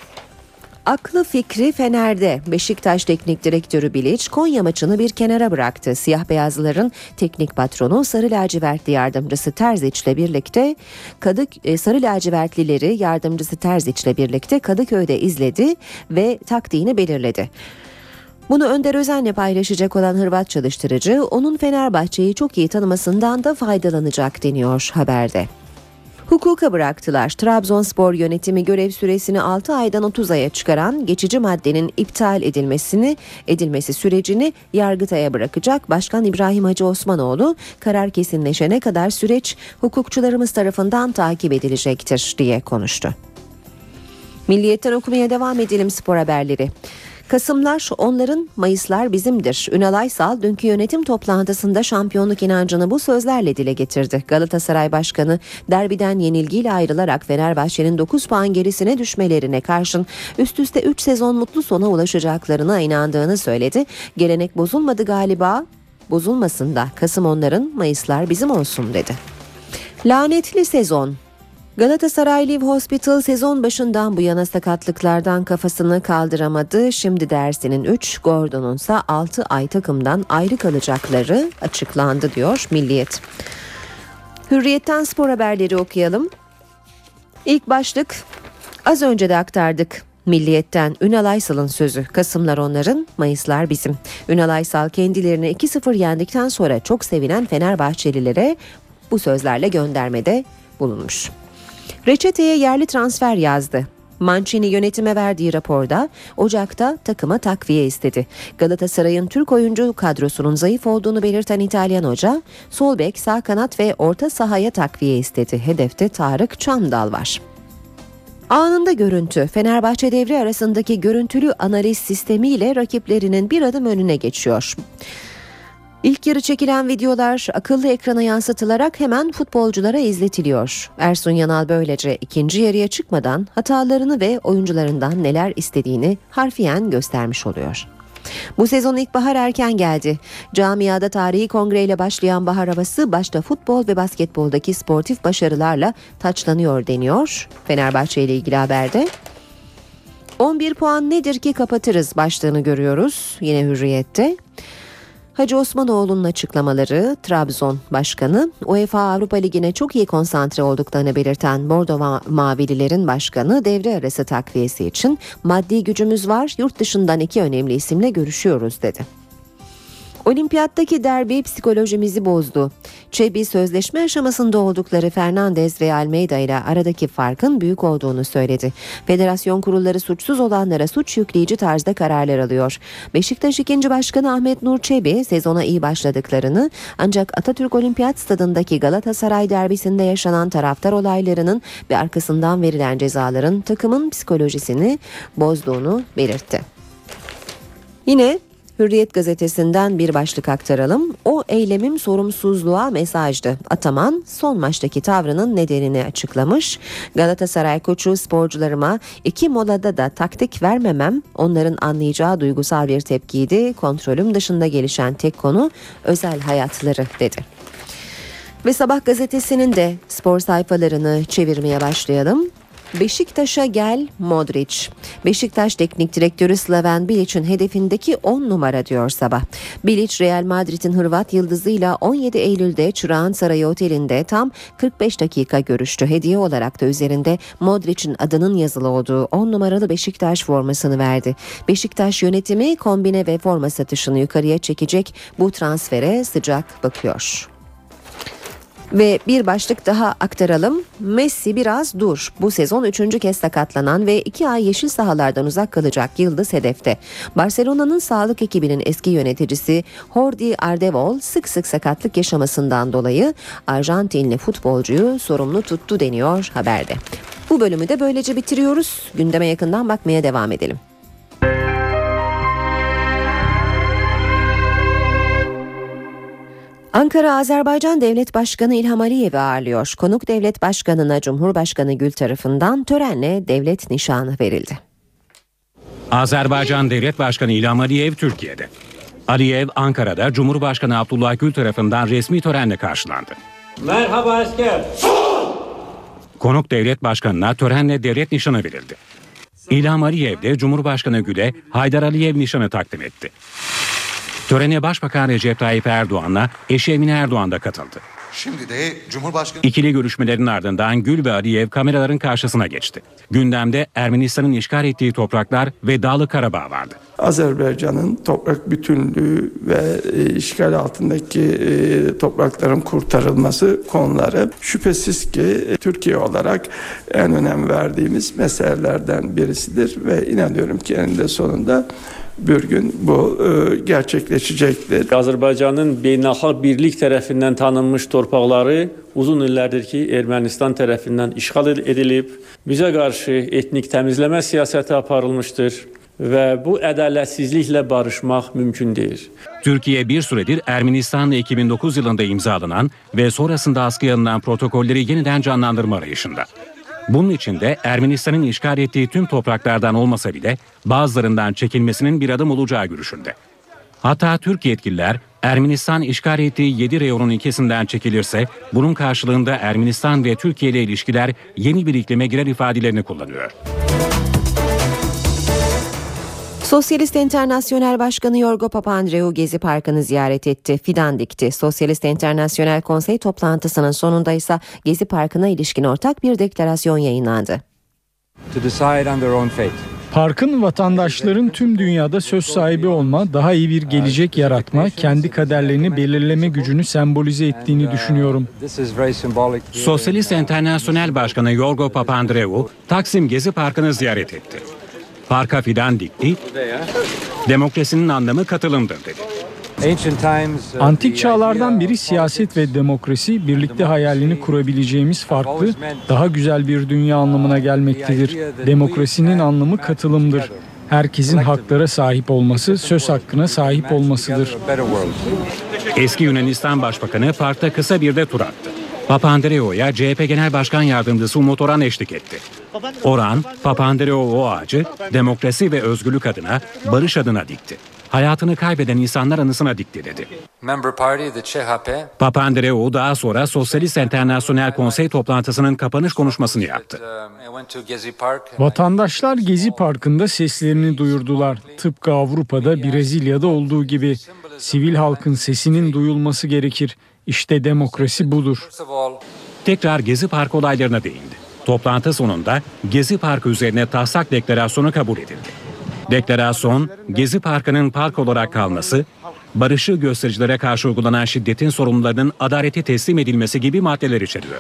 Aklı fikri Fener'de. Beşiktaş Teknik Direktörü Bilic Konya maçını bir kenara bıraktı. Siyah beyazlıların teknik patronu Sarı Lacivertli yardımcısı Terzic'le birlikte Kadık Sarı Lacivertlileri yardımcısı Terzic'le birlikte Kadıköy'de izledi ve taktiğini belirledi. Bunu Önder Özen'le paylaşacak olan Hırvat çalıştırıcı onun Fenerbahçe'yi çok iyi tanımasından da faydalanacak deniyor haberde. Hukuka bıraktılar. Trabzonspor yönetimi görev süresini altı aydan otuz aya çıkaran geçici maddenin iptal edilmesini edilmesi sürecini Yargıtay'a bırakacak. Başkan İbrahim Hacı Osmanoğlu, karar kesinleşene kadar süreç hukukçularımız tarafından takip edilecektir diye konuştu. Milliyetten okumaya devam edelim spor haberleri. Kasımlar onların, Mayıslar bizimdir. Ünal Aysal dünkü yönetim toplantısında şampiyonluk inancını bu sözlerle dile getirdi. Galatasaray Başkanı derbiden yenilgiyle ayrılarak Fenerbahçe'nin dokuz puan gerisine düşmelerine karşın üst üste üç sezon mutlu sona ulaşacaklarına inandığını söyledi. Gelenek bozulmadı galiba, bozulmasın da Kasım onların, Mayıslar bizim olsun dedi. Lanetli sezon. Galatasaray Live Hospital sezon başından bu yana sakatlıklardan kafasını kaldıramadı. Şimdi Dersin'in üç, Gordon'un ise altı ay takımdan ayrı kalacakları açıklandı diyor Milliyet. Hürriyet'ten spor haberleri okuyalım. İlk başlık az önce de aktardık. Milliyet'ten Ünal Aysal'ın sözü. Kasımlar onların, Mayıslar bizim. Ünal Aysal kendilerini iki sıfır yendikten sonra çok sevinen Fenerbahçelilere bu sözlerle göndermede bulunmuş. Reçeteye yerli transfer yazdı. Mancini yönetime verdiği raporda Ocak'ta takıma takviye istedi. Galatasaray'ın Türk oyuncu kadrosunun zayıf olduğunu belirten İtalyan hoca, sol bek, sağ kanat ve orta sahaya takviye istedi. Hedefte Tarık Çamdal var. Anında görüntü. Fenerbahçe devre arasındaki görüntülü analiz sistemiyle rakiplerinin bir adım önüne geçiyor. İlk yarı çekilen videolar akıllı ekrana yansıtılarak hemen futbolculara izletiliyor. Ersun Yanal böylece ikinci yarıya çıkmadan hatalarını ve oyuncularından neler istediğini harfiyen göstermiş oluyor. Bu sezon ilkbahar erken geldi. Camiada tarihi kongreyle başlayan bahar havası başta futbol ve basketboldaki sportif başarılarla taçlanıyor deniyor. Fenerbahçe ile ilgili haberde. on bir puan nedir ki kapatırız başlığını görüyoruz yine Hürriyet'te. Hacı Osmanoğlu'nun açıklamaları. Trabzon Başkanı, UEFA Avrupa Ligi'ne çok iyi konsantre olduklarını belirten Bordo Mavililerin başkanı devre arası takviyesi için maddi gücümüz var, yurt dışından iki önemli isimle görüşüyoruz dedi. Olimpiyattaki derbi psikolojimizi bozdu. Çebi sözleşme aşamasında oldukları Fernandez ve Almeida ile aradaki farkın büyük olduğunu söyledi. Federasyon kurulları suçsuz olanlara suç yükleyici tarzda kararlar alıyor. Beşiktaş ikinci Başkanı Ahmet Nur Çebi sezona iyi başladıklarını ancak Atatürk Olimpiyat Stadındaki Galatasaray derbisinde yaşanan taraftar olaylarının ve arkasından verilen cezaların takımın psikolojisini bozduğunu belirtti. Yine Hürriyet gazetesinden bir başlık aktaralım. O eylemim sorumsuzluğa mesajdı. Ataman son maçtaki tavrının nedenini açıklamış. Galatasaray koçu sporcularıma iki molada da taktik vermemem onların anlayacağı duygusal bir tepkiydi. Kontrolüm dışında gelişen tek konu özel hayatları dedi. Ve Sabah gazetesinin de spor sayfalarını çevirmeye başlayalım. Beşiktaş'a gel Modric. Beşiktaş Teknik Direktörü Slaven Bilic'in hedefindeki on numara diyor Sabah. Bilic, Real Madrid'in Hırvat yıldızıyla on yedi Eylül'de Çırağan Sarayı Oteli'nde tam kırk beş dakika görüştü. Hediye olarak da üzerinde Modric'in adının yazılı olduğu on numaralı Beşiktaş formasını verdi. Beşiktaş yönetimi kombine ve forma satışını yukarıya çekecek bu transfere sıcak bakıyor. Ve bir başlık daha aktaralım. Messi biraz dur. Bu sezon üçüncü kez sakatlanan ve iki ay yeşil sahalardan uzak kalacak yıldız hedefte. Barcelona'nın sağlık ekibinin eski yöneticisi Jordi Ardevol sık sık sakatlık yaşamasından dolayı Arjantinli futbolcuyu sorumlu tuttu deniyor haberde. Bu bölümü de böylece bitiriyoruz. Gündeme yakından bakmaya devam edelim. Ankara, Azerbaycan Devlet Başkanı İlham Aliyev'i ağırlıyor. Konuk devlet başkanına Cumhurbaşkanı Gül tarafından törenle devlet nişanı verildi. Azerbaycan Devlet Başkanı İlham Aliyev Türkiye'de. Aliyev, Ankara'da Cumhurbaşkanı Abdullah Gül tarafından resmi törenle karşılandı. Merhaba asker. Konuk devlet başkanına törenle devlet nişanı verildi. İlham Aliyev de Cumhurbaşkanı Gül'e Haydar Aliyev nişanı takdim etti. Törene Başbakan Recep Tayyip Erdoğan'la eşi Emine Erdoğan da katıldı. Şimdi de Cumhurbaşkanı... İkili görüşmelerin ardından Gül ve Aliyev kameraların karşısına geçti. Gündemde Ermenistan'ın işgal ettiği topraklar ve Dağlı Karabağ vardı. Azerbaycan'ın toprak bütünlüğü ve işgal altındaki toprakların kurtarılması konuları şüphesiz ki Türkiye olarak en önem verdiğimiz meselelerden birisidir ve inanıyorum ki eninde sonunda bir gün bu e, gerçekleşecektir. Azerbaycan'ın beynəlxalq birlik tarafından tanınmış torpaqları uzun illərdir ki Ermənistan tarafından işgal edilib. Bize karşı etnik temizleme siyaseti aparılmıştır ve bu adaletsizlikle barışmak mümkün değil. Türkiye bir süredir Ermenistan'la iki bin dokuz yılında imzalanan ve sonrasında askıya alınan protokolleri yeniden canlandırma arayışında. Bunun için de Ermenistan'ın işgal ettiği tüm topraklardan olmasa bile bazılarından çekilmesinin bir adım olacağı görüşünde. Hatta Türk yetkililer Ermenistan işgal ettiği yedi reyonun ikisinden çekilirse bunun karşılığında Ermenistan ve Türkiye ile ilişkiler yeni bir iklime girer ifadelerini kullanıyor. Sosyalist Enternasyonel Başkanı Yorgo Papandreou Gezi Parkı'nı ziyaret etti, fidan dikti. Sosyalist Enternasyonel Konsey toplantısının sonunda ise Gezi Parkı'na ilişkin ortak bir deklarasyon yayınlandı. Parkın vatandaşların tüm dünyada söz sahibi olma, daha iyi bir gelecek yaratma, kendi kaderlerini belirleme gücünü sembolize ettiğini düşünüyorum. Sosyalist Enternasyonel Başkanı Yorgo Papandreou Taksim Gezi Parkı'nı ziyaret etti. Parka fidan dikti, demokrasinin anlamı katılımdır dedi. Antik çağlardan beri siyaset ve demokrasi birlikte hayalini kurabileceğimiz farklı, daha güzel bir dünya anlamına gelmektedir. Demokrasinin anlamı katılımdır. Herkesin haklara sahip olması, söz hakkına sahip olmasıdır. Eski Yunanistan Başbakanı parkta kısa bir de tur attı. Papandreou'ya C H P Genel Başkan Yardımcısı Umut Orhan eşlik etti. Orhan, Papandreou o ağacı demokrasi ve özgürlük adına, barış adına dikti. Hayatını kaybeden insanlar anısına dikti dedi. Papandreou daha sonra Sosyalist Enternasyonel Konsey toplantısının kapanış konuşmasını yaptı. Vatandaşlar Gezi Parkı'nda seslerini duyurdular. Tıpkı Avrupa'da, Brezilya'da olduğu gibi sivil halkın sesinin duyulması gerekir. İşte demokrasi budur. Tekrar Gezi Parkı olaylarına değindi. Toplantı sonunda Gezi Parkı üzerine taslak deklarasyonu kabul edildi. Deklarasyon, Gezi Parkı'nın park olarak kalması, barışı göstericilere karşı uygulanan şiddetin sorumlularının adalete teslim edilmesi gibi maddeler içeriyor.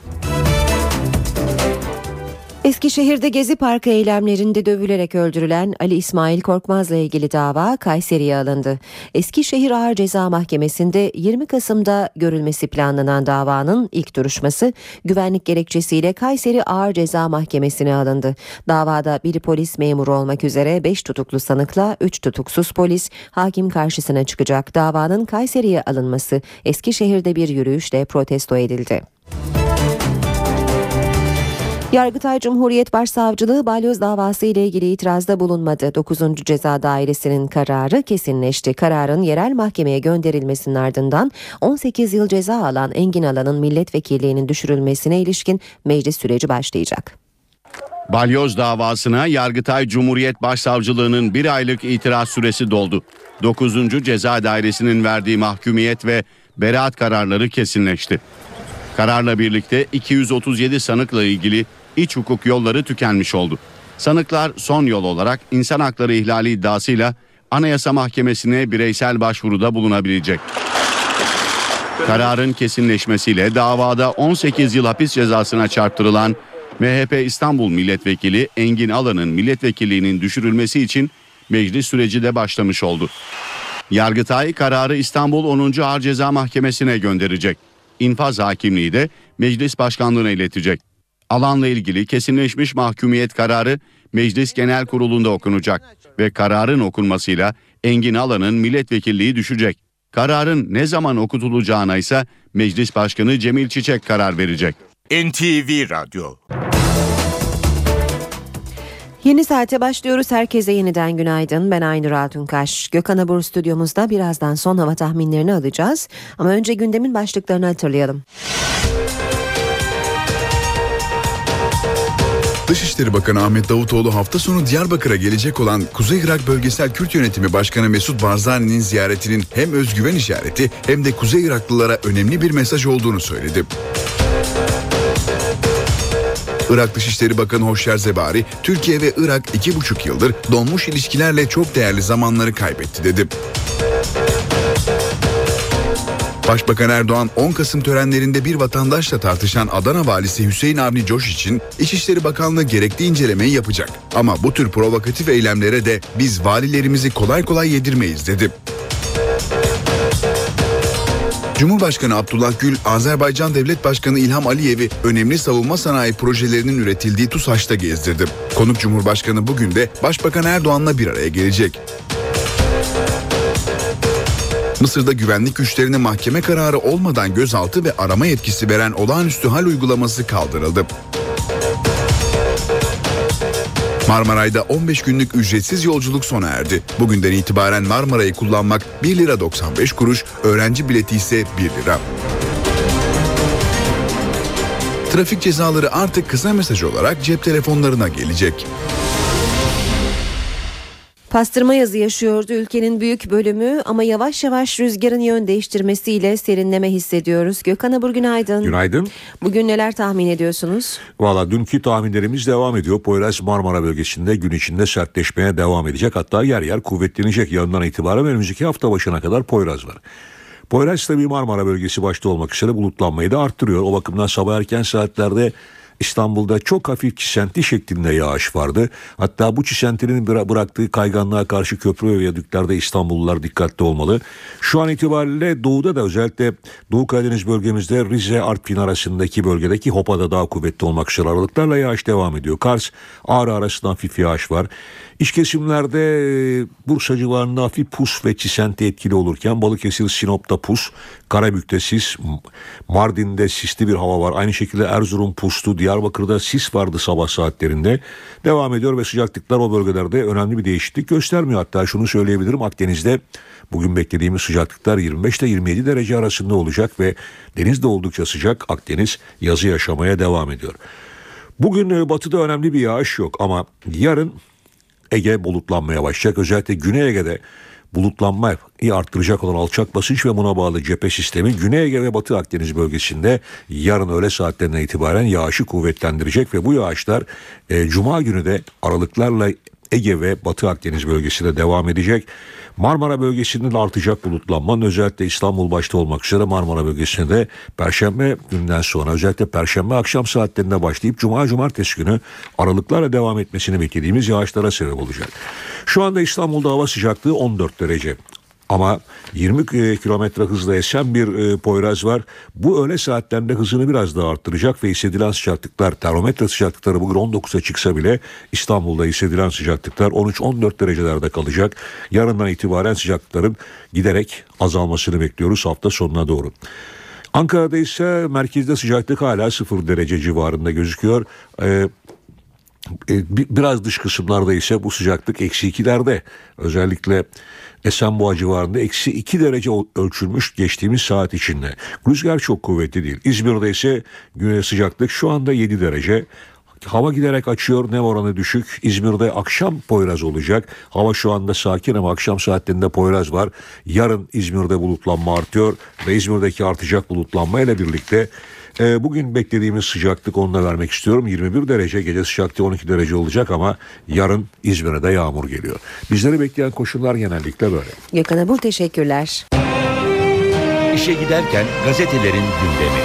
Eskişehir'de Gezi Parkı eylemlerinde dövülerek öldürülen Ali İsmail Korkmaz'la ilgili dava Kayseri'ye alındı. Eskişehir Ağır Ceza Mahkemesi'nde yirmi Kasım'da görülmesi planlanan davanın ilk duruşması güvenlik gerekçesiyle Kayseri Ağır Ceza Mahkemesi'ne alındı. Davada biri polis memuru olmak üzere beş tutuklu sanıkla üç tutuksuz polis hakim karşısına çıkacak. Davanın Kayseri'ye alınması Eskişehir'de bir yürüyüşle protesto edildi. Yargıtay Cumhuriyet Başsavcılığı balyoz davası ile ilgili itirazda bulunmadı. dokuzuncu Ceza Dairesi'nin kararı kesinleşti. Kararın yerel mahkemeye gönderilmesinin ardından on sekiz yıl ceza alan Engin Alan'ın milletvekilliğinin düşürülmesine ilişkin meclis süreci başlayacak. Balyoz davasına Yargıtay Cumhuriyet Başsavcılığı'nın bir aylık itiraz süresi doldu. dokuzuncu Ceza Dairesi'nin verdiği mahkumiyet ve beraat kararları kesinleşti. Kararla birlikte iki yüz otuz yedi sanıkla ilgili iç hukuk yolları tükenmiş oldu. Sanıklar son yol olarak insan hakları ihlali iddiasıyla Anayasa Mahkemesi'ne bireysel başvuruda bulunabilecek. Kararın kesinleşmesiyle davada on sekiz yıl hapis cezasına çarptırılan M H P İstanbul Milletvekili Engin Alan'ın milletvekilliğinin düşürülmesi için meclis süreci de başlamış oldu. Yargıtay kararı İstanbul onuncu Ağır Ceza Mahkemesi'ne gönderecek. İnfaz hakimliği de meclis başkanlığına iletecek. Alanla ilgili kesinleşmiş mahkumiyet kararı Meclis Genel Kurulu'nda okunacak ve kararın okunmasıyla Engin Alan'ın milletvekilliği düşecek. Kararın ne zaman okutulacağına ise Meclis Başkanı Cemil Çiçek karar verecek. N T V Radyo. Yeni saate başlıyoruz. Herkese yeniden günaydın. Ben Aynur Altunkaş. Gökhan Abur stüdyomuzda, birazdan son hava tahminlerini alacağız. Ama önce gündemin başlıklarını hatırlayalım. Dışişleri Bakanı Ahmet Davutoğlu hafta sonu Diyarbakır'a gelecek olan Kuzey Irak Bölgesel Kürt Yönetimi Başkanı Mesut Barzani'nin ziyaretinin hem özgüven işareti hem de Kuzey Iraklılara önemli bir mesaj olduğunu söyledi. Irak Dışişleri Bakanı Hoşyer Zebari, Türkiye ve Irak iki buçuk yıldır donmuş ilişkilerle çok değerli zamanları kaybetti dedi. Başbakan Erdoğan on Kasım törenlerinde bir vatandaşla tartışan Adana valisi Hüseyin Avni Coş için İçişleri Bakanlığı gerekli incelemeyi yapacak. Ama bu tür provokatif eylemlere de biz valilerimizi kolay kolay yedirmeyiz dedi. Cumhurbaşkanı Abdullah Gül, Azerbaycan Devlet Başkanı İlham Aliyev'i önemli savunma sanayi projelerinin üretildiği TUSAŞ'ta gezdirdi. Konuk Cumhurbaşkanı bugün de Başbakan Erdoğan'la bir araya gelecek. Mısır'da güvenlik güçlerine mahkeme kararı olmadan gözaltı ve arama yetkisi veren olağanüstü hal uygulaması kaldırıldı. Marmaray'da on beş günlük ücretsiz yolculuk sona erdi. Bugünden itibaren Marmaray'ı kullanmak bir lira doksan beş kuruş, öğrenci bileti ise bir lira. Trafik cezaları artık kısa mesaj olarak cep telefonlarına gelecek. Pastırma yazı yaşıyordu ülkenin büyük bölümü ama yavaş yavaş rüzgarın yön değiştirmesiyle serinleme hissediyoruz. Gökhan Abur günaydın. Günaydın. Bugün neler tahmin ediyorsunuz? Valla dünkü tahminlerimiz devam ediyor. Poyraz Marmara bölgesinde gün içinde sertleşmeye devam edecek. Hatta yer yer kuvvetlenecek. Yarından itibaren önümüzdeki hafta başına kadar Poyraz var. Poyraz tabii Marmara bölgesi başta olmak üzere bulutlanmayı da arttırıyor. O bakımdan sabah erken saatlerde İstanbul'da çok hafif çisenti şeklinde yağış vardı. Hatta bu çisentinin bıraktığı kayganlığa karşı köprü ve viyadüklerde İstanbullular dikkatli olmalı. Şu an itibariyle doğuda da özellikle Doğu Karadeniz bölgemizde Rize Artvin arasındaki bölgedeki Hopa'da daha kuvvetli olmak üzere aralıklarla yağış devam ediyor. Kars, Ağrı arasında hafif yağış var. İç kesimlerde Bursa civarında hafif pus ve çisenti etkili olurken Balıkesir, Sinop'ta pus, Karabük'te sis, Mardin'de sisli bir hava var. Aynı şekilde Erzurum pustu, Diyarbakır'da sis vardı sabah saatlerinde. Devam ediyor ve sıcaklıklar o bölgelerde önemli bir değişiklik göstermiyor. Hatta şunu söyleyebilirim, Akdeniz'de bugün beklediğimiz sıcaklıklar yirmi beş ile yirmi yedi derece arasında olacak ve deniz de oldukça sıcak. Akdeniz yazı yaşamaya devam ediyor. Bugün batıda önemli bir yağış yok ama yarın Ege bulutlanmaya başlayacak. Özellikle Güney Ege'de bulutlanmayı arttıracak olan alçak basınç ve buna bağlı cephe sistemi Güney Ege ve Batı Akdeniz bölgesinde yarın öğle saatlerinden itibaren yağışı kuvvetlendirecek ve bu yağışlar e, Cuma günü de aralıklarla Ege ve Batı Akdeniz bölgesinde devam edecek. Marmara bölgesinde de artacak bulutlanmanın özellikle İstanbul başta olmak üzere Marmara bölgesinde de Perşembe günden sonra özellikle Perşembe akşam saatlerinde başlayıp Cuma Cumartesi günü aralıklarla devam etmesini beklediğimiz yağışlara sebep olacak. Şu anda İstanbul'da hava sıcaklığı on dört derece. Ama yirmi kilometre hızla esen bir Poyraz var. Bu öğle saatlerinde hızını biraz daha arttıracak ve hissedilen sıcaklıklar, termometre sıcaklıkları bugün on dokuza çıksa bile İstanbul'da hissedilen sıcaklıklar on üç on dört derecelerde kalacak. Yarından itibaren sıcaklıkların giderek azalmasını bekliyoruz hafta sonuna doğru. Ankara'da ise merkezde sıcaklık hala sıfır derece civarında gözüküyor. Ee, Biraz dış kısımlarda ise bu sıcaklık eksi ikilerde, özellikle Esenboğa civarında eksi iki derece ölçülmüş geçtiğimiz saat içinde. Rüzgar çok kuvvetli değil. İzmir'de ise sıcaklık şu anda yedi derece. Hava giderek açıyor, nem oranı düşük. İzmir'de akşam Poyraz olacak. Hava şu anda sakin ama akşam saatlerinde Poyraz var. Yarın İzmir'de bulutlanma artıyor ve İzmir'deki artacak bulutlanma ile birlikte e, bugün beklediğimiz sıcaklık, onu da vermek istiyorum. yirmi bir derece, gece sıcaklığı on iki derece olacak ama yarın İzmir'e de yağmur geliyor. Bizleri bekleyen koşullar genellikle böyle. Gökhan Abur teşekkürler. İşe giderken gazetelerin gündemi.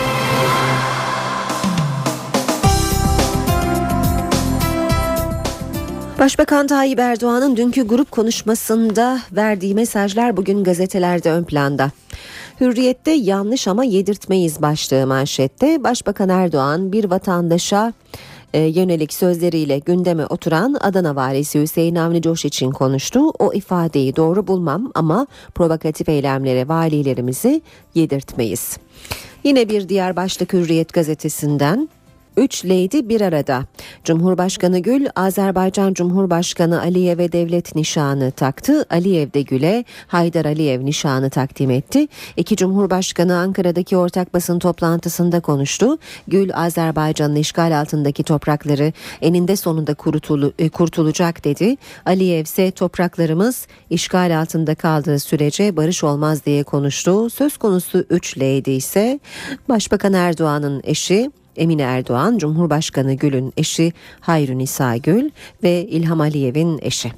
Başbakan Tayyip Erdoğan'ın dünkü grup konuşmasında verdiği mesajlar bugün gazetelerde ön planda. Hürriyet'te yanlış ama yedirtmeyiz başlığı manşette. Başbakan Erdoğan bir vatandaşa e, yönelik sözleriyle gündeme oturan Adana valisi Hüseyin Avni Coş için konuştu. O ifadeyi doğru bulmam ama provokatif eylemlere valilerimizi yedirtmeyiz. Yine bir diğer başlık Hürriyet gazetesinden. Üç lady bir arada. Cumhurbaşkanı Gül, Azerbaycan Cumhurbaşkanı Aliyev'e devlet nişanı taktı. Aliyev de Gül'e Haydar Aliyev nişanı takdim etti. İki Cumhurbaşkanı Ankara'daki ortak basın toplantısında konuştu. Gül, Azerbaycan'ın işgal altındaki toprakları eninde sonunda kurtulu, kurtulacak dedi. Aliyev ise topraklarımız işgal altında kaldığı sürece barış olmaz diye konuştu. Söz konusu üç lady ise Başbakan Erdoğan'ın eşi Emine Erdoğan, Cumhurbaşkanı Gül'ün eşi Hayrunisa Gül ve İlham Aliyev'in eşi.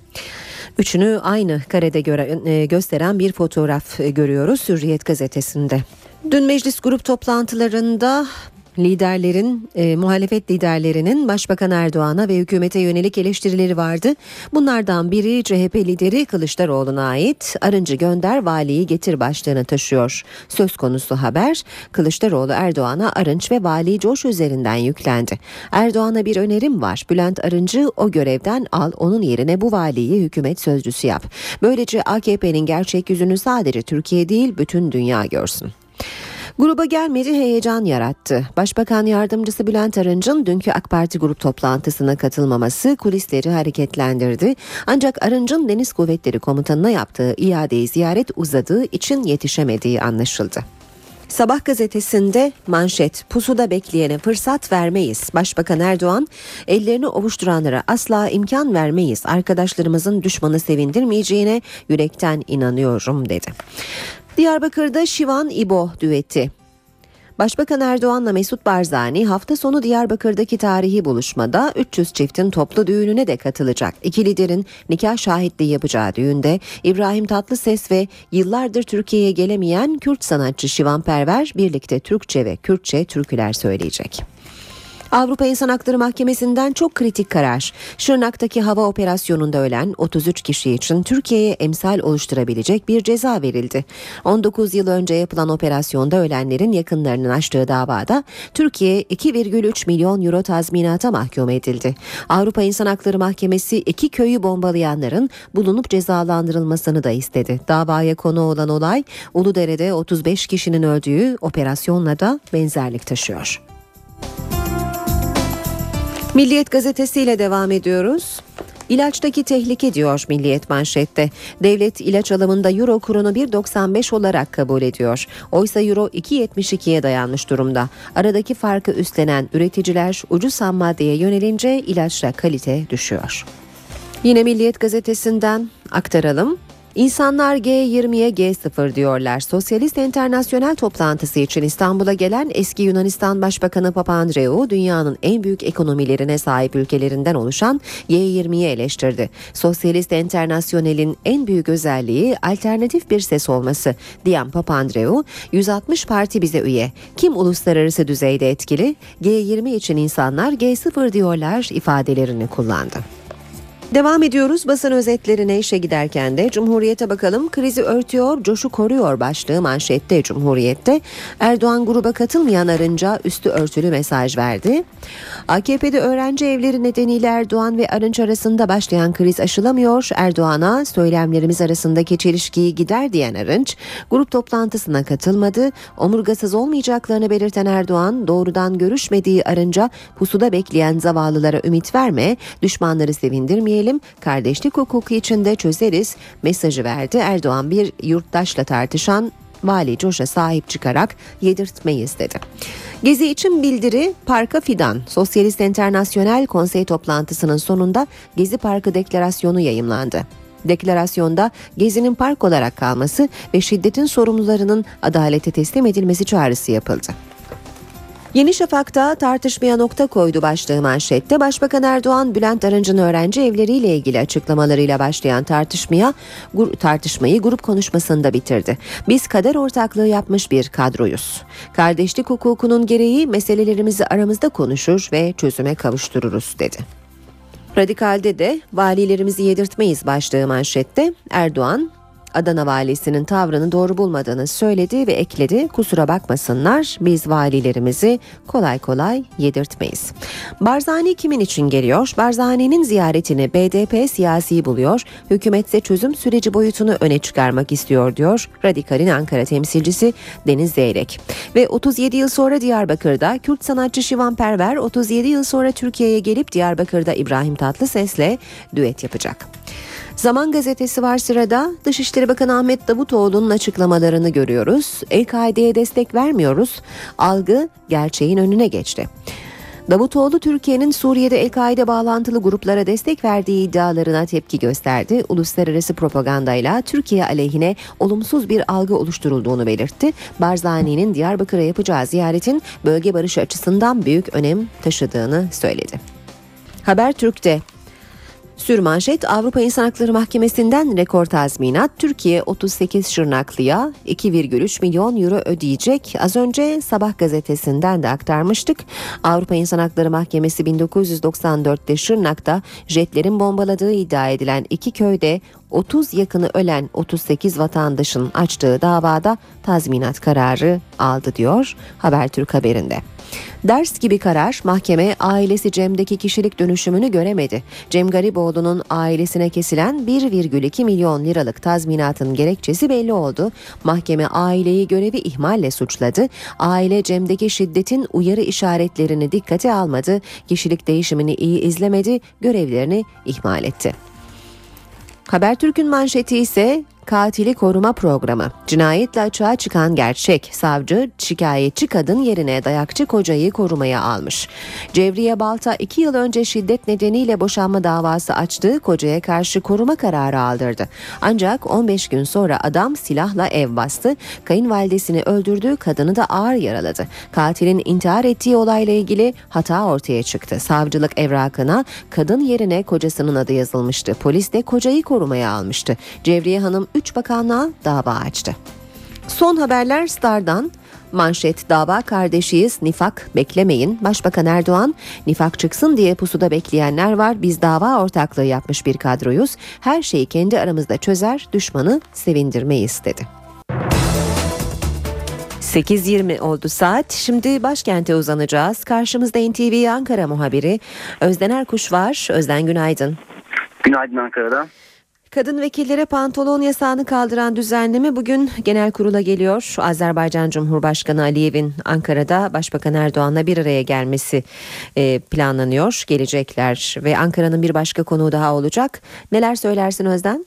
Üçünü aynı karede göre, gösteren bir fotoğraf görüyoruz Hürriyet gazetesinde. Dün meclis grup toplantılarında liderlerin, e, muhalefet liderlerinin Başbakan Erdoğan'a ve hükümete yönelik eleştirileri vardı. Bunlardan biri C H P lideri Kılıçdaroğlu'na ait "Arıncı gönder, valiyi getir" başlığını taşıyor. Söz konusu haber Kılıçdaroğlu Erdoğan'a Arınç ve Vali Coş üzerinden yüklendi. Erdoğan'a bir önerim var. Bülent Arınç'ı o görevden al, onun yerine bu valiyi hükümet sözcüsü yap. Böylece A K P'nin gerçek yüzünü sadece Türkiye değil bütün dünya görsün. Gruba gelmedi, heyecan yarattı. Başbakan Yardımcısı Bülent Arınç'ın dünkü AK Parti grup toplantısına katılmaması kulisleri hareketlendirdi. Ancak Arınç'ın Deniz Kuvvetleri Komutanı'na yaptığı iade-i ziyaret uzadığı için yetişemediği anlaşıldı. Sabah gazetesinde manşet: "Pusuda bekleyene fırsat vermeyiz. Başbakan Erdoğan, ellerini ovuşturanlara asla imkan vermeyiz. Arkadaşlarımızın düşmanı sevindirmeyeceğine yürekten inanıyorum" dedi. Diyarbakır'da Şivan İbo düeti. Başbakan Erdoğan'la Mesut Barzani hafta sonu Diyarbakır'daki tarihi buluşmada üç yüz çiftin toplu düğününe de katılacak. İki liderin nikah şahitliği yapacağı düğünde İbrahim Tatlıses ve yıllardır Türkiye'ye gelemeyen Kürt sanatçı Şivan Perver birlikte Türkçe ve Kürtçe türküler söyleyecek. Avrupa İnsan Hakları Mahkemesi'nden çok kritik karar. Şırnak'taki hava operasyonunda ölen otuz üç kişi için Türkiye'ye emsal oluşturabilecek bir ceza verildi. on dokuz yıl önce yapılan operasyonda ölenlerin yakınlarının açtığı davada Türkiye iki virgül üç milyon euro tazminata mahkum edildi. Avrupa İnsan Hakları Mahkemesi iki köyü bombalayanların bulunup cezalandırılmasını da istedi. Davaya konu olan olay Uludere'de otuz beş kişinin öldüğü operasyonla da benzerlik taşıyor. Milliyet gazetesiyle devam ediyoruz. İlaçtaki tehlike diyor Milliyet manşette. Devlet ilaç alımında euro kurunu bir virgül doksan beş olarak kabul ediyor. Oysa euro iki virgül yetmiş ikiye dayanmış durumda. Aradaki farkı üstlenen üreticiler ucuz ham maddeye yönelince ilaçla kalite düşüyor. Yine Milliyet gazetesinden aktaralım. İnsanlar G yirmiye G sıfır diyorlar. Sosyalist Enternasyonel toplantısı için İstanbul'a gelen eski Yunanistan Başbakanı Papandreou, dünyanın en büyük ekonomilerine sahip ülkelerinden oluşan G yirmiyi eleştirdi. Sosyalist Enternasyonel'in en büyük özelliği alternatif bir ses olması diyen Papandreou, yüz altmış parti bize üye. Kim uluslararası düzeyde etkili? G yirmi için insanlar G sıfır diyorlar ifadelerini kullandı. Devam ediyoruz basın özetlerine. İşe giderken de Cumhuriyet'e bakalım. Krizi örtüyor, coşu koruyor başlığı manşette Cumhuriyet'te. Erdoğan gruba katılmayan Arınç'a üstü örtülü mesaj verdi. A K P'de öğrenci evleri nedeniyle Erdoğan ve Arınç arasında başlayan kriz aşılamıyor. Erdoğan'a söylemlerimiz arasındaki çelişkiyi gider diyen Arınç, grup toplantısına katılmadı. Omurgasız olmayacaklarını belirten Erdoğan, doğrudan görüşmediği Arınç'a pusuda bekleyen zavallılara ümit verme, düşmanları sevindirmeyelim, kardeşlik hukuku içinde çözeriz mesajı verdi. Erdoğan bir yurttaşla tartışan Vali Coş'a sahip çıkarak yedirtmeyiz dedi. Gezi için bildiri, parka fidan. Sosyalist Enternasyonel konsey toplantısının sonunda Gezi Parkı deklarasyonu yayımlandı. Deklarasyonda Gezi'nin park olarak kalması ve şiddetin sorumlularının adalete teslim edilmesi çağrısı yapıldı. Yeni Şafak'ta tartışmaya nokta koydu başlığı manşette. Başbakan Erdoğan, Bülent Arınç'ın öğrenci evleriyle ilgili açıklamalarıyla başlayan tartışmaya tartışmayı grup konuşmasında bitirdi. Biz kader ortaklığı yapmış bir kadroyuz. Kardeşlik hukukunun gereği meselelerimizi aramızda konuşur ve çözüme kavuştururuz dedi. Radikal'de de valilerimizi yedirtmeyiz başlığı manşette. Erdoğan, Adana valisinin tavrını doğru bulmadığını söyledi ve ekledi, kusura bakmasınlar, biz valilerimizi kolay kolay yedirtmeyiz. Barzani kimin için geliyor? Barzani'nin ziyaretini B D P siyasi buluyor, hükümetse çözüm süreci boyutunu öne çıkarmak istiyor diyor Radikal'in Ankara temsilcisi Deniz Zeyrek. Ve otuz yedi yıl sonra Diyarbakır'da Kürt sanatçı Şivan Perver otuz yedi yıl sonra Türkiye'ye gelip Diyarbakır'da İbrahim Tatlıses'le düet yapacak. Zaman gazetesi var sırada. Dışişleri Bakanı Ahmet Davutoğlu'nun açıklamalarını görüyoruz. El-Kaide'ye destek vermiyoruz. Algı gerçeğin önüne geçti. Davutoğlu, Türkiye'nin Suriye'de El-Kaide bağlantılı gruplara destek verdiği iddialarına tepki gösterdi. Uluslararası propagandayla Türkiye aleyhine olumsuz bir algı oluşturulduğunu belirtti. Barzani'nin Diyarbakır'a yapacağı ziyaretin bölge barışı açısından büyük önem taşıdığını söyledi. Habertürk'te Sürmanşet Avrupa İnsan Hakları Mahkemesi'nden rekor tazminat. Türkiye otuz sekiz Şırnaklı'ya iki virgül üç milyon euro ödeyecek. Az önce Sabah gazetesinden de aktarmıştık. Avrupa İnsan Hakları Mahkemesi bin dokuz yüz doksan dörtte Şırnak'ta jetlerin bombaladığı iddia edilen iki köyde otuz yakını ölen otuz sekiz vatandaşın açtığı davada tazminat kararı aldı diyor Habertürk haberinde. Ders gibi karar, mahkeme ailesi Cem'deki kişilik dönüşümünü göremedi. Cem Gariboğlu'nun ailesine kesilen bir virgül iki milyon liralık tazminatın gerekçesi belli oldu. Mahkeme aileyi görevi ihmalle suçladı. Aile Cem'deki şiddetin uyarı işaretlerini dikkate almadı. Kişilik değişimini iyi izlemedi, görevlerini ihmal etti. Habertürk'ün manşeti ise katili koruma programı. Cinayetle açığa çıkan gerçek. Savcı şikayetçi kadın yerine dayakçı kocayı korumaya almış. Cevriye Balta iki yıl önce şiddet nedeniyle boşanma davası açtığı kocaya karşı koruma kararı aldırdı. Ancak on beş gün sonra adam silahla ev bastı. Kayınvalidesini öldürdü, kadını da ağır yaraladı. Katilin intihar ettiği olayla ilgili hata ortaya çıktı. Savcılık evrakına kadın yerine kocasının adı yazılmıştı. Polis de kocayı korumaya almıştı. Cevriye Hanım üç bakanlığa dava açtı. Son haberler Star'dan. Manşet dava kardeşiyiz, nifak beklemeyin. Başbakan Erdoğan, nifak çıksın diye pusuda bekleyenler var. Biz dava ortaklığı yapmış bir kadroyuz. Her şeyi kendi aramızda çözer, düşmanı sevindirmeyiz dedi. sekiz yirmi oldu saat. Şimdi başkente uzanacağız. Karşımızda N T V Ankara muhabiri Özden Erkuş var. Özden günaydın. Günaydın Ankara'da. Kadın vekillere pantolon yasağını kaldıran düzenleme bugün genel kurula geliyor. Azerbaycan Cumhurbaşkanı Aliyev'in Ankara'da Başbakan Erdoğan'la bir araya gelmesi planlanıyor. Gelecekler ve Ankara'nın bir başka konuğu daha olacak. Neler söylersin Özden?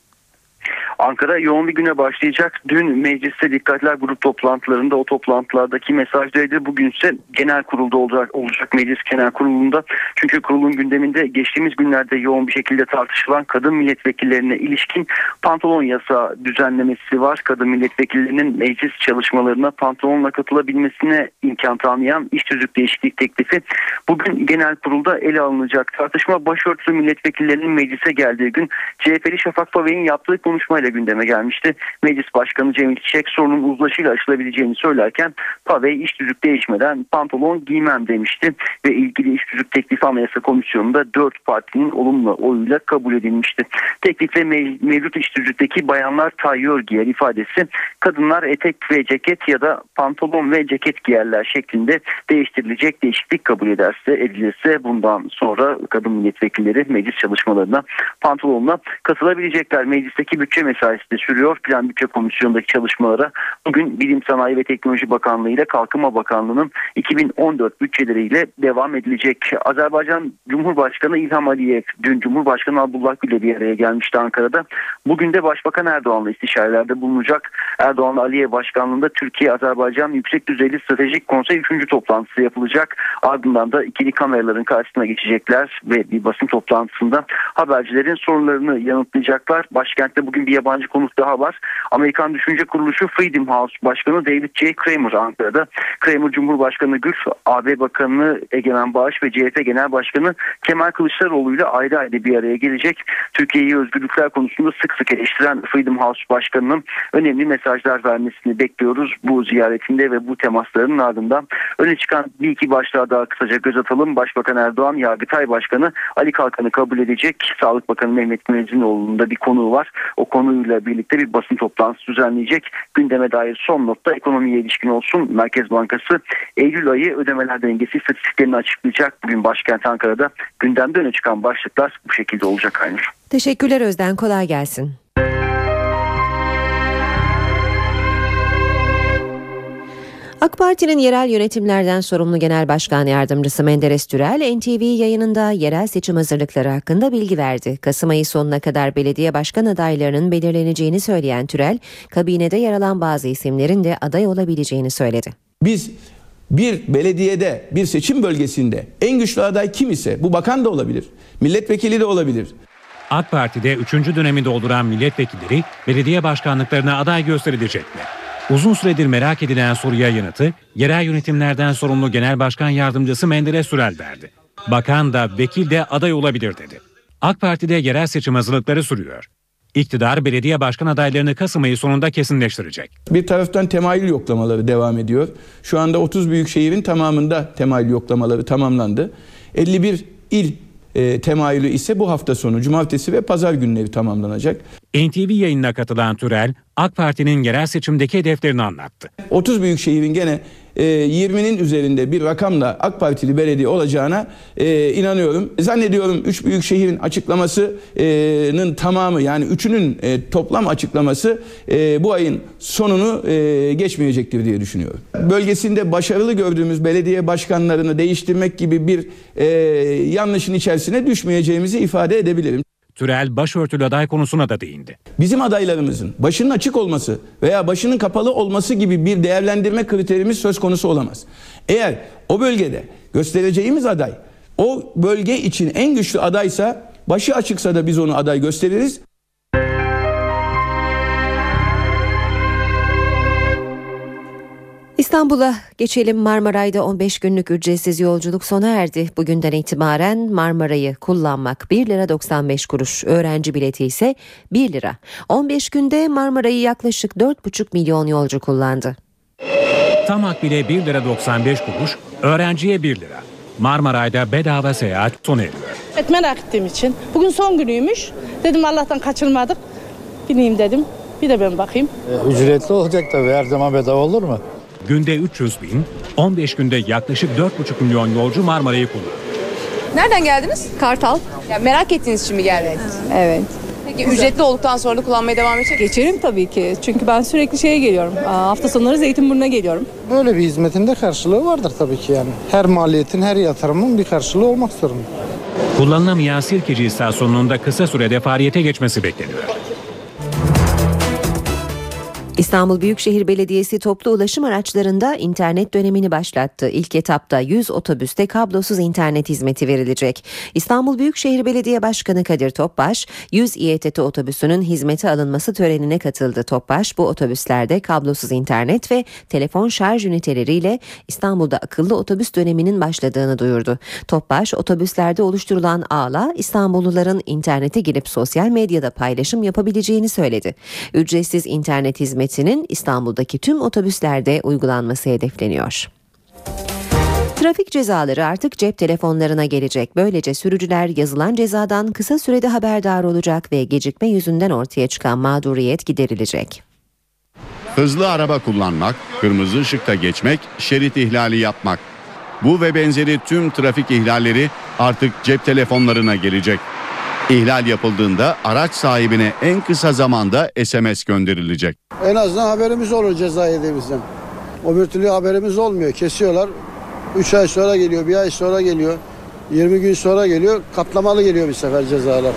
Ankara yoğun bir güne başlayacak. Dün mecliste dikkatler grup toplantılarında o toplantılardaki mesajlarıydı. Bugün ise genel kurulda olacak, olacak meclis genel kurulunda. Çünkü kurulun gündeminde geçtiğimiz günlerde yoğun bir şekilde tartışılan kadın milletvekillerine ilişkin pantolon yasağı düzenlemesi var. Kadın milletvekillerinin meclis çalışmalarına pantolonla katılabilmesine imkan tanıyan iş tüzük değişiklik teklifi bugün genel kurulda ele alınacak. Tartışma başörtülü milletvekillerinin meclise geldiği gün C H P'li Şafak Pavey'in yaptığı konuşmayla gündeme gelmişti. Meclis Başkanı Cemil Çiçek sorunun uzlaşıyla aşılabileceğini söylerken Pavey iş tüzük değişmeden pantolon giymem demişti ve ilgili iş tüzük teklifi Anayasa Komisyonu'nda dört partinin olumlu oyuyla kabul edilmişti. Teklifle mev- mevcut iş tüzükteki bayanlar tayyör giyer ifadesi kadınlar etek ve ceket ya da pantolon ve ceket giyerler şeklinde değiştirilecek. Değişiklik kabul ederse edilirse bundan sonra kadın milletvekilleri meclis çalışmalarına pantolonla katılabilecekler. Meclisteki bütçe mesaisi de sürüyor. Plan Bütçe Komisyonu'ndaki çalışmalara bugün Bilim Sanayi ve Teknoloji Bakanlığı ile Kalkınma Bakanlığı'nın iki bin on dört bütçeleriyle devam edilecek. Azerbaycan Cumhurbaşkanı İlham Aliyev dün Cumhurbaşkanı Abdullah Gül'le bir araya gelmişti Ankara'da. Bugün de Başbakan Erdoğan'la istişarelerde bulunacak. Erdoğan'la Aliyev başkanlığında Türkiye-Azerbaycan Yüksek Düzeyli Stratejik Konsey üçüncü toplantısı yapılacak. Ardından da ikili kameraların karşısına geçecekler ve bir basın toplantısında habercilerin sorunlarını yanıtlayacaklar. Başkentte bugün bir yabancı konuk daha var. Amerikan Düşünce Kuruluşu Freedom House Başkanı David J. Kramer Ankara'da. Kramer Cumhurbaşkanı Gül, A B Bakanı Egemen Bağış ve C H P Genel Başkanı Kemal Kılıçdaroğlu ile ayrı ayrı bir araya gelecek. Türkiye'yi özgürlükler konusunda sık sık eleştiren Freedom House Başkanı'nın önemli mesajlar vermesini bekliyoruz bu ziyaretinde ve bu temasların ardından. Öne çıkan bir iki başlığa daha kısaca göz atalım. Başbakan Erdoğan, Yargıtay Başkanı Ali Kalkan'ı kabul edecek. Sağlık Bakanı Mehmet Müezzinoğlu'nun da bir konuğu var. O konuyla birlikte bir basın toplantısı düzenleyecek. Gündeme dair son notta ekonomiye ilişkin olsun. Merkez Bankası Eylül ayı ödemeler dengesi istatistiklerini açıklayacak. Bugün başkent Ankara'da gündemde öne çıkan başlıklar bu şekilde olacak Aynur. Teşekkürler Özden, kolay gelsin. AK Parti'nin yerel yönetimlerden sorumlu Genel Başkan Yardımcısı Menderes Türel, N T V yayınında yerel seçim hazırlıkları hakkında bilgi verdi. Kasım ayı sonuna kadar belediye başkan adaylarının belirleneceğini söyleyen Türel, kabinede yer alan bazı isimlerin de aday olabileceğini söyledi. Biz bir belediyede, bir seçim bölgesinde en güçlü aday kim ise bu bakan da olabilir, milletvekili de olabilir. AK Parti'de üçüncü dönemi dolduran milletvekilleri belediye başkanlıklarına aday gösterilecek mi? Uzun süredir merak edilen soruya yanıtı yerel yönetimlerden sorumlu Genel Başkan Yardımcısı Menderes Türel verdi. Bakan da vekil de aday olabilir dedi. AK Parti'de yerel seçim hazırlıkları sürüyor. İktidar belediye başkan adaylarını Kasım ayı sonunda kesinleştirecek. Bir taraftan temayül yoklamaları devam ediyor. Şu anda otuz büyük şehrin tamamında temayül yoklamaları tamamlandı. elli bir il e, temayülü ise bu hafta sonu cumartesi ve pazar günleri tamamlanacak. N T V yayınına katılan Türel, AK Parti'nin yerel seçimdeki hedeflerini anlattı. otuz büyük şehrin gene e, yirminin üzerinde bir rakamla AK Partili belediye olacağına e, inanıyorum. Zannediyorum üç büyük şehrin açıklamasının tamamı, yani üçünün e, toplam açıklaması e, bu ayın sonunu e, geçmeyecektir diye düşünüyorum. Bölgesinde başarılı gördüğümüz belediye başkanlarını değiştirmek gibi bir e, yanlışın içerisine düşmeyeceğimizi ifade edebilirim. Türel başörtülü aday konusuna da değindi. Bizim adaylarımızın başının açık olması veya başının kapalı olması gibi bir değerlendirme kriterimiz söz konusu olamaz. Eğer o bölgede göstereceğimiz aday o bölge için en güçlü adaysa, başı açıksa da biz onu aday gösteririz. İstanbul'a geçelim. Marmaray'da on beş günlük ücretsiz yolculuk sona erdi. Bugünden itibaren Marmaray'ı kullanmak bir lira doksan beş kuruş. Öğrenci bileti ise bir lira. on beş günde Marmaray'ı yaklaşık dört buçuk milyon yolcu kullandı. Tam akbile bir lira doksan beş kuruş, öğrenciye bir lira. Marmaray'da bedava seyahat sona eriyor. Evet, merak ettiğim için. Bugün son günüymüş. Dedim Allah'tan kaçırmadık. Bineyim dedim. Bir de ben bakayım. E, ücretli olacak tabii. Her zaman bedava olur mu? Günde üç yüz bin, on beş günde yaklaşık dört buçuk milyon yolcu Marmaray'ı kullanıyor. Nereden geldiniz? Kartal. Ya merak ettiğiniz için mi geldiniz? Evet. Peki ücretli olduktan sonra da kullanmaya devam edecek misiniz? Geçerim tabii ki. Çünkü ben sürekli şeye geliyorum. Hafta sonları Zeytinburnu'na geliyorum. Böyle bir hizmetin de karşılığı vardır tabii ki yani. Her maliyetin, her yatırımın bir karşılığı olmak zorunda. Kullanılamayan Sirkeci istasyonunun da kısa sürede faaliyete geçmesi bekleniyor. İstanbul Büyükşehir Belediyesi toplu ulaşım araçlarında internet dönemini başlattı. İlk etapta yüz otobüste kablosuz internet hizmeti verilecek. İstanbul Büyükşehir Belediye Başkanı Kadir Topbaş, yüz İ E T T otobüsünün hizmete alınması törenine katıldı. Topbaş, bu otobüslerde kablosuz internet ve telefon şarj üniteleriyle İstanbul'da akıllı otobüs döneminin başladığını duyurdu. Topbaş, otobüslerde oluşturulan ağla İstanbulluların internete girip sosyal medyada paylaşım yapabileceğini söyledi. Ücretsiz internet hizmeti İstanbul'daki tüm otobüslerde uygulanması hedefleniyor. Trafik cezaları artık cep telefonlarına gelecek. Böylece sürücüler yazılan cezadan kısa sürede haberdar olacak ve gecikme yüzünden ortaya çıkan mağduriyet giderilecek. Hızlı araba kullanmak, kırmızı ışıkta geçmek, şerit ihlali yapmak. Bu ve benzeri tüm trafik ihlalleri artık cep telefonlarına gelecek. İhlal yapıldığında araç sahibine en kısa zamanda S M S gönderilecek. En azından haberimiz olur ceza yediğimizden. Öbür türlü haberimiz olmuyor. Kesiyorlar. üç ay sonra geliyor, bir ay sonra geliyor. yirmi gün sonra geliyor. Katlamalı geliyor bir sefer cezalar.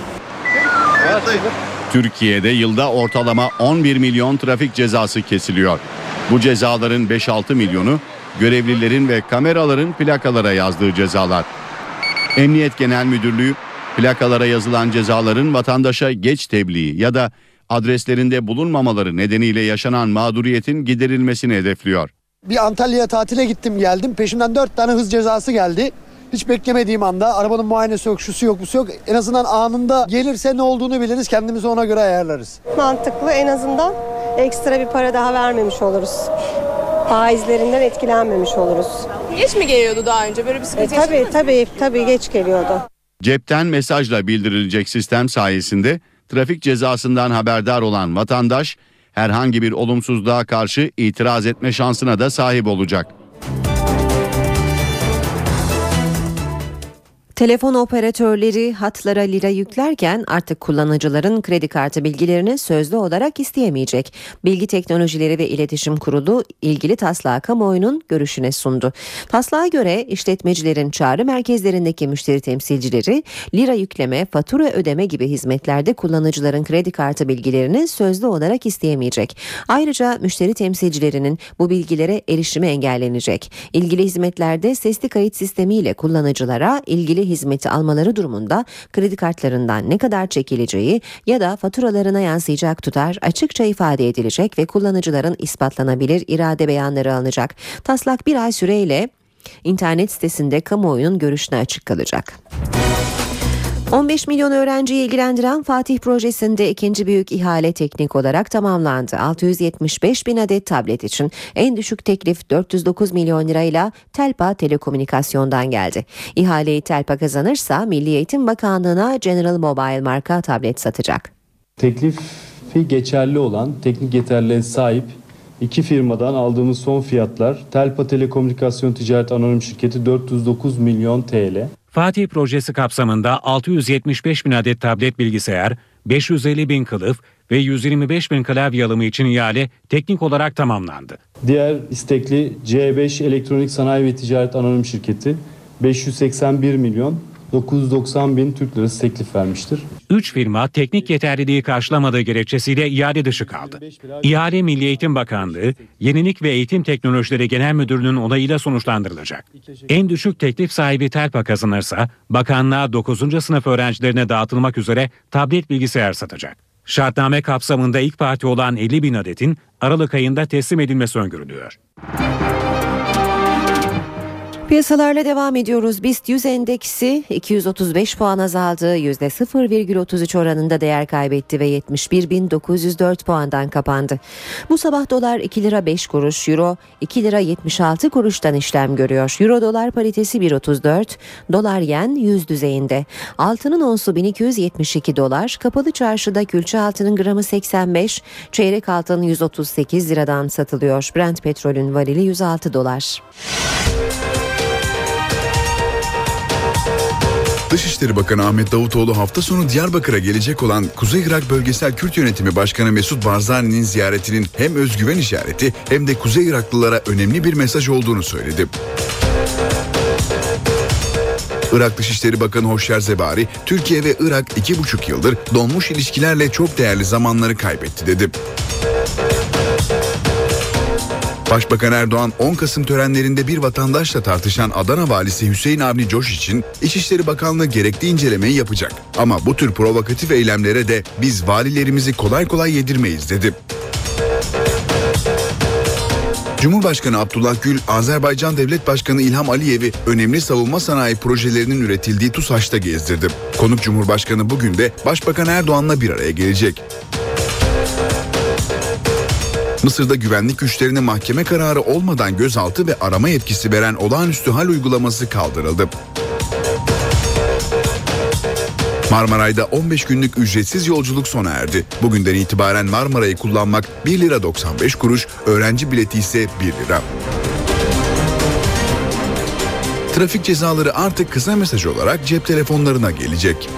Türkiye'de yılda ortalama on bir milyon trafik cezası kesiliyor. Bu cezaların beş altı milyonu görevlilerin ve kameraların plakalara yazdığı cezalar. Emniyet Genel Müdürlüğü plakalara yazılan cezaların vatandaşa geç tebliği ya da adreslerinde bulunmamaları nedeniyle yaşanan mağduriyetin giderilmesini hedefliyor. Bir Antalya'ya tatile gittim geldim. Peşimden dört tane hız cezası geldi. Hiç beklemediğim anda arabanın muayenesi yok, şusu yok, busu yok. En azından anında gelirse ne olduğunu biliriz, kendimizi ona göre ayarlarız. Mantıklı, en azından ekstra bir para daha vermemiş oluruz. Faizlerinden etkilenmemiş oluruz. Geç mi geliyordu daha önce? Böyle bir sıkıntı e, tabii, tabii, tabii geç geliyordu. Cepten mesajla bildirilecek sistem sayesinde trafik cezasından haberdar olan vatandaş herhangi bir olumsuzluğa karşı itiraz etme şansına da sahip olacak. Telefon operatörleri hatlara lira yüklerken artık kullanıcıların kredi kartı bilgilerini sözlü olarak isteyemeyecek. Bilgi Teknolojileri ve İletişim Kurulu ilgili taslağı kamuoyunun görüşüne sundu. Taslağa göre işletmecilerin çağrı merkezlerindeki müşteri temsilcileri lira yükleme, fatura ödeme gibi hizmetlerde kullanıcıların kredi kartı bilgilerini sözlü olarak isteyemeyecek. Ayrıca müşteri temsilcilerinin bu bilgilere erişimi engellenecek. İlgili hizmetlerde sesli kayıt sistemiyle kullanıcılara ilgili hizmeti almaları durumunda kredi kartlarından ne kadar çekileceği ya da faturalarına yansıyacak tutar açıkça ifade edilecek ve kullanıcıların ispatlanabilir irade beyanları alınacak. Taslak bir ay süreyle internet sitesinde kamuoyunun görüşüne açık kalacak. on beş milyon öğrenciyi ilgilendiren Fatih projesinde ikinci büyük ihale teknik olarak tamamlandı. altı yüz yetmiş beş bin adet tablet için en düşük teklif dört yüz dokuz milyon lirayla Telpa Telekomünikasyon'dan geldi. İhaleyi Telpa kazanırsa Milli Eğitim Bakanlığı'na General Mobile marka tablet satacak. Teklifi geçerli olan, teknik yeterliğe sahip iki firmadan aldığımız son fiyatlar Telpa Telekomünikasyon Ticaret Anonim Şirketi dört yüz dokuz milyon T L. Fatih projesi kapsamında altı yüz yetmiş beş bin adet tablet bilgisayar, beş yüz elli bin kılıf ve yüz yirmi beş bin klavye alımı için ihale teknik olarak tamamlandı. Diğer istekli C beş Elektronik Sanayi ve Ticaret Anonim Şirketi beş yüz seksen bir milyon dokuz yüz doksan bin Türk Lirası teklif vermiştir. Üç firma teknik yeterliliği karşılamadığı gerekçesiyle ihale dışı kaldı. İhale Milli Eğitim Bakanlığı, Yenilik ve Eğitim Teknolojileri Genel Müdürlüğü'nün onayıyla sonuçlandırılacak. En düşük teklif sahibi Telpa kazanırsa bakanlığa dokuzuncu sınıf öğrencilerine dağıtılmak üzere tablet bilgisayar satacak. Şartname kapsamında ilk parti olan elli bin adetin Aralık ayında teslim edilmesi öngörülüyor. Piyasalarla devam ediyoruz. BIST yüz endeksi iki yüz otuz beş puan azaldı. yüzde sıfır virgül otuz üç oranında değer kaybetti ve yetmiş bir bin dokuz yüz dört puandan kapandı. Bu sabah dolar iki lira beş kuruş, euro iki lira yetmiş altı kuruştan işlem görüyor. Euro dolar paritesi bir virgül otuz dört, dolar yen yüz düzeyinde. Altının onsu bin iki yüz yetmiş iki dolar, kapalı çarşıda külçe altının gramı seksen beş, çeyrek altın yüz otuz sekiz liradan satılıyor. Brent petrolün varili yüz altı dolar. Dışişleri Bakanı Ahmet Davutoğlu hafta sonu Diyarbakır'a gelecek olan Kuzey Irak Bölgesel Kürt Yönetimi Başkanı Mesut Barzani'nin ziyaretinin hem özgüven işareti hem de Kuzey Iraklılara önemli bir mesaj olduğunu söyledi. Irak Dışişleri Bakanı Hoşyer Zebari, Türkiye ve Irak iki buçuk yıldır donmuş ilişkilerle çok değerli zamanları kaybetti dedi. Başbakan Erdoğan on Kasım törenlerinde bir vatandaşla tartışan Adana valisi Hüseyin Avni Coş için İçişleri Bakanlığı gerekli incelemeyi yapacak. Ama bu tür provokatif eylemlere de biz valilerimizi kolay kolay yedirmeyiz dedi. Cumhurbaşkanı Abdullah Gül, Azerbaycan Devlet Başkanı İlham Aliyev'i önemli savunma sanayi projelerinin üretildiği TUSAŞ'ta gezdirdi. Konuk Cumhurbaşkanı bugün de Başbakan Erdoğan'la bir araya gelecek. Mısır'da güvenlik güçlerine mahkeme kararı olmadan gözaltı ve arama yetkisi veren olağanüstü hal uygulaması kaldırıldı. Marmaray'da on beş günlük ücretsiz yolculuk sona erdi. Bugünden itibaren Marmaray'ı kullanmak bir lira doksan beş kuruş, öğrenci bileti ise bir lira. Trafik cezaları artık kısa mesaj olarak cep telefonlarına gelecek.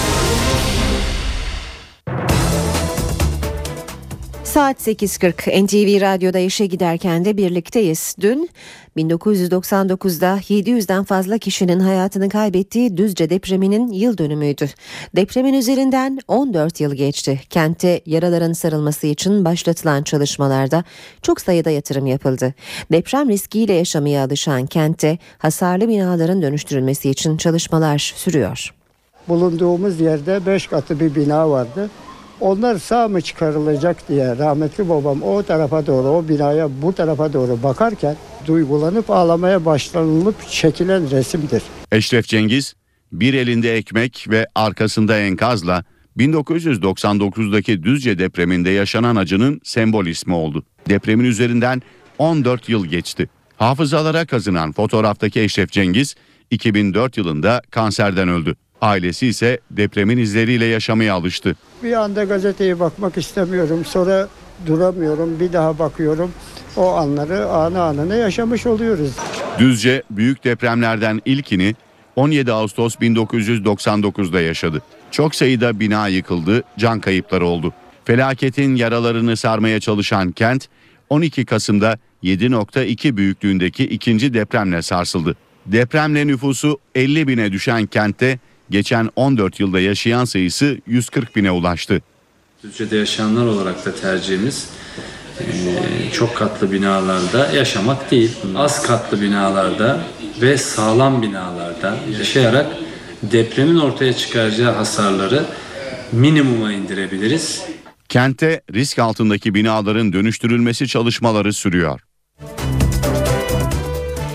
Saat sekiz kırk N T V Radyo'da işe giderken de birlikteyiz. Dün bin dokuz yüz doksan dokuzda yedi yüzden fazla kişinin hayatını kaybettiği Düzce depreminin yıl dönümüydü. Depremin üzerinden on dört yıl geçti. Kente yaraların sarılması için başlatılan çalışmalarda çok sayıda yatırım yapıldı. Deprem riskiyle yaşamaya alışan kentte hasarlı binaların dönüştürülmesi için çalışmalar sürüyor. Bulunduğumuz yerde beş katlı bir bina vardı. Onlar sağ mı çıkarılacak diye rahmetli babam o tarafa doğru, o binaya bu tarafa doğru bakarken duygulanıp ağlamaya başlanılıp çekilen resimdir. Eşref Cengiz, bir elinde ekmek ve arkasında enkazla bin dokuz yüz doksan dokuzdaki Düzce depreminde yaşanan acının sembol ismi oldu. Depremin üzerinden on dört yıl geçti. Hafızalara kazınan fotoğraftaki Eşref Cengiz iki bin dört yılında kanserden öldü. Ailesi ise depremin izleriyle yaşamaya alıştı. Bir anda gazeteye bakmak istemiyorum. Sonra duramıyorum. Bir daha bakıyorum. O anları anı anına yaşamış oluyoruz. Düzce büyük depremlerden ilkini on yedi Ağustos bin dokuz yüz doksan dokuzda yaşadı. Çok sayıda bina yıkıldı, can kayıpları oldu. Felaketin yaralarını sarmaya çalışan kent on iki Kasım'da yedi nokta iki büyüklüğündeki ikinci depremle sarsıldı. Depremle nüfusu elli bine düşen kentte geçen on dört yılda yaşayan sayısı yüz kırk bine ulaştı. Düzce'de yaşayanlar olarak da tercihimiz e, çok katlı binalarda yaşamak değil. Az katlı binalarda ve sağlam binalarda yaşayarak depremin ortaya çıkaracağı hasarları minimuma indirebiliriz. Kente risk altındaki binaların dönüştürülmesi çalışmaları sürüyor.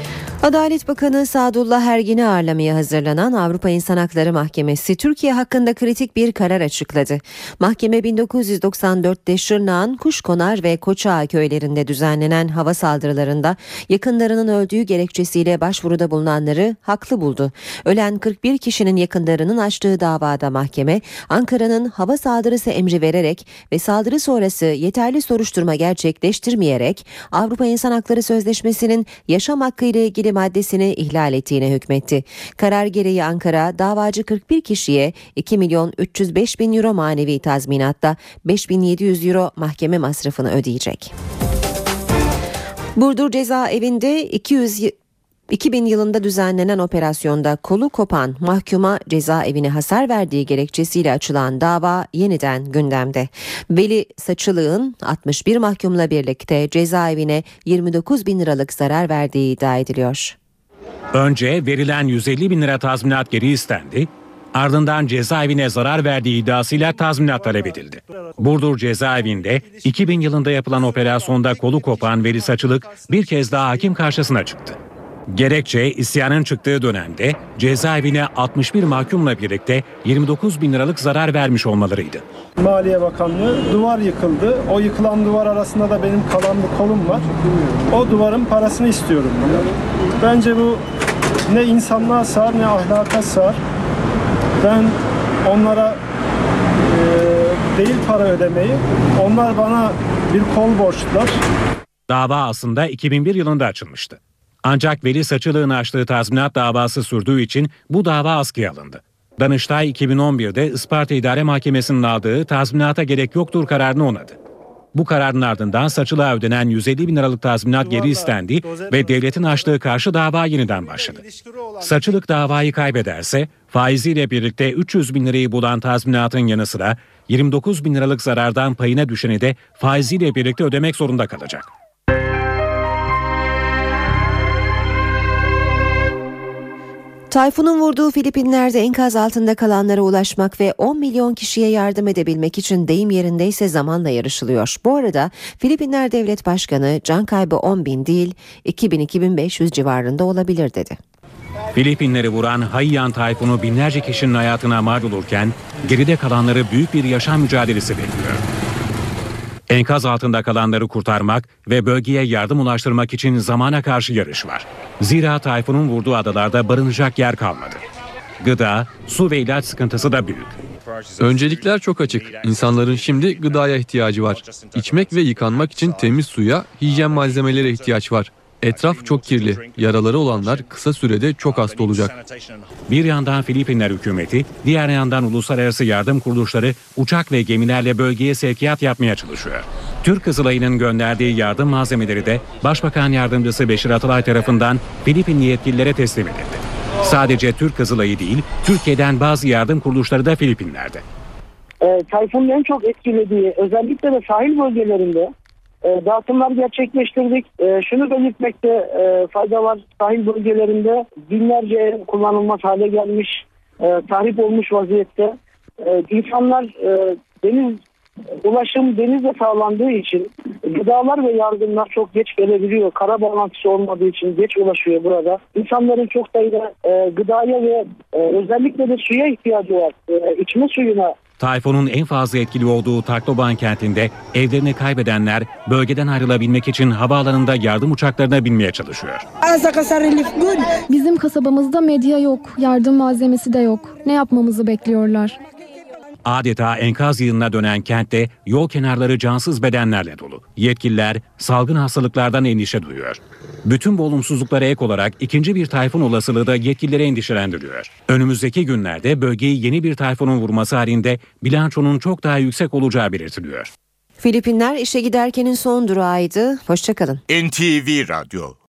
Adalet Bakanı Sadullah Ergin'i ağırlamaya hazırlanan Avrupa İnsan Hakları Mahkemesi Türkiye hakkında kritik bir karar açıkladı. Mahkeme bin dokuz yüz doksan dörtte Şırnak'ın Kuşkonar ve Koçağı köylerinde düzenlenen hava saldırılarında yakınlarının öldüğü gerekçesiyle başvuruda bulunanları haklı buldu. Ölen kırk bir kişinin yakınlarının açtığı davada mahkeme Ankara'nın hava saldırısı emri vererek ve saldırı sonrası yeterli soruşturma gerçekleştirmeyerek Avrupa İnsan Hakları Sözleşmesi'nin yaşam hakkı ile ilgili maddesini ihlal ettiğine hükmetti. Karar gereği Ankara davacı kırk bir kişiye iki milyon üç yüz beş bin euro manevi tazminatta beş bin yedi yüz euro mahkeme masrafını ödeyecek. Burdur Cezaevinde iki yüz iki bin yılında düzenlenen operasyonda kolu kopan mahkuma cezaevine hasar verdiği gerekçesiyle açılan dava yeniden gündemde. Veli Saçılık'ın altmış bir mahkumla birlikte cezaevine yirmi dokuz bin liralık zarar verdiği iddia ediliyor. Önce verilen yüz elli bin lira tazminat geri istendi, ardından cezaevine zarar verdiği iddiasıyla tazminat talep edildi. Burdur Cezaevinde iki bin yılında yapılan operasyonda kolu kopan Veli Saçılık bir kez daha hakim karşısına çıktı. Gerekçe isyanın çıktığı dönemde cezaevine altmış bir mahkumla birlikte yirmi dokuz bin liralık zarar vermiş olmalarıydı. Maliye Bakanlığı duvar yıkıldı. O yıkılan duvar arasında da benim kalan bir kolum var. O duvarın parasını istiyorum. Bence bu ne insanlığa sığar ne ahlaka sığar. Ben onlara e, değil para ödemeyi, onlar bana bir kol borçlular. Dava aslında iki bin bir yılında açılmıştı. Ancak Veli Saçılık'ın açtığı tazminat davası sürdüğü için bu dava askıya alındı. Danıştay iki bin on birde Isparta İdare Mahkemesi'nin aldığı tazminata gerek yoktur kararını onadı. Bu kararın ardından Saçılık'a ödenen yüz elli bin liralık tazminat geri istendi ve devletin açtığı karşı dava yeniden başladı. Saçılık davayı kaybederse faiziyle birlikte üç yüz bin lirayı bulan tazminatın yanı sıra yirmi dokuz bin liralık zarardan payına düşeni de faiziyle birlikte ödemek zorunda kalacak. Tayfunun vurduğu Filipinler'de enkaz altında kalanlara ulaşmak ve on milyon kişiye yardım edebilmek için deyim yerindeyse zamanla yarışılıyor. Bu arada Filipinler Devlet Başkanı can kaybı on bin değil iki bin iki bin beş yüz civarında olabilir dedi. Filipinleri vuran Haiyan tayfunu binlerce kişinin hayatına mal olurken geride kalanları büyük bir yaşam mücadelesi bekliyor. Enkaz altında kalanları kurtarmak ve bölgeye yardım ulaştırmak için zamana karşı yarış var. Zira tayfunun vurduğu adalarda barınacak yer kalmadı. Gıda, su ve ilaç sıkıntısı da büyük. Öncelikler çok açık. İnsanların şimdi gıdaya ihtiyacı var. İçmek ve yıkanmak için temiz suya, hijyen malzemelere ihtiyaç var. Etraf çok kirli. Yaraları olanlar kısa sürede çok hasta olacak. Bir yandan Filipinler hükümeti, diğer yandan uluslararası yardım kuruluşları uçak ve gemilerle bölgeye sevkiyat yapmaya çalışıyor. Türk Kızılayı'nın gönderdiği yardım malzemeleri de Başbakan Yardımcısı Beşir Atalay tarafından Filipinli yetkililere teslim edildi. Sadece Türk Kızılayı değil, Türkiye'den bazı yardım kuruluşları da Filipinler'de. E, Tayfunun en çok etkilediği özellikle de sahil bölgelerinde E, dağıtımlar gerçekleştirdik. E, şunu belirtmekte e, fayda var. Sahil bölgelerinde binlerce ev kullanılmaz hale gelmiş, e, tahrip olmuş vaziyette. E, insanlar e, deniz ulaşım denizle sağlandığı için gıdalar ve yardımlar çok geç gelebiliyor. Kara bağlantısı olmadığı için geç ulaşıyor burada. İnsanların çok sayıda e, gıdaya ve e, özellikle de suya ihtiyacı var. E, içme suyuna. Tayfunun en fazla etkili olduğu Tacloban kentinde evlerini kaybedenler bölgeden ayrılabilmek için havaalanında yardım uçaklarına binmeye çalışıyor. Bizim kasabamızda medya yok, yardım malzemesi de yok. Ne yapmamızı bekliyorlar? Adeta enkaz yığınına dönen kentte yol kenarları cansız bedenlerle dolu. Yetkililer salgın hastalıklardan endişe duyuyor. Bütün bu olumsuzluklara ek olarak ikinci bir tayfun olasılığı da yetkilileri endişelendiriyor. Önümüzdeki günlerde bölgeyi yeni bir tayfunun vurması halinde bilançonun çok daha yüksek olacağı belirtiliyor. Filipinler işe giderkenin son durağıydı. Hoşçakalın. N T V Radyo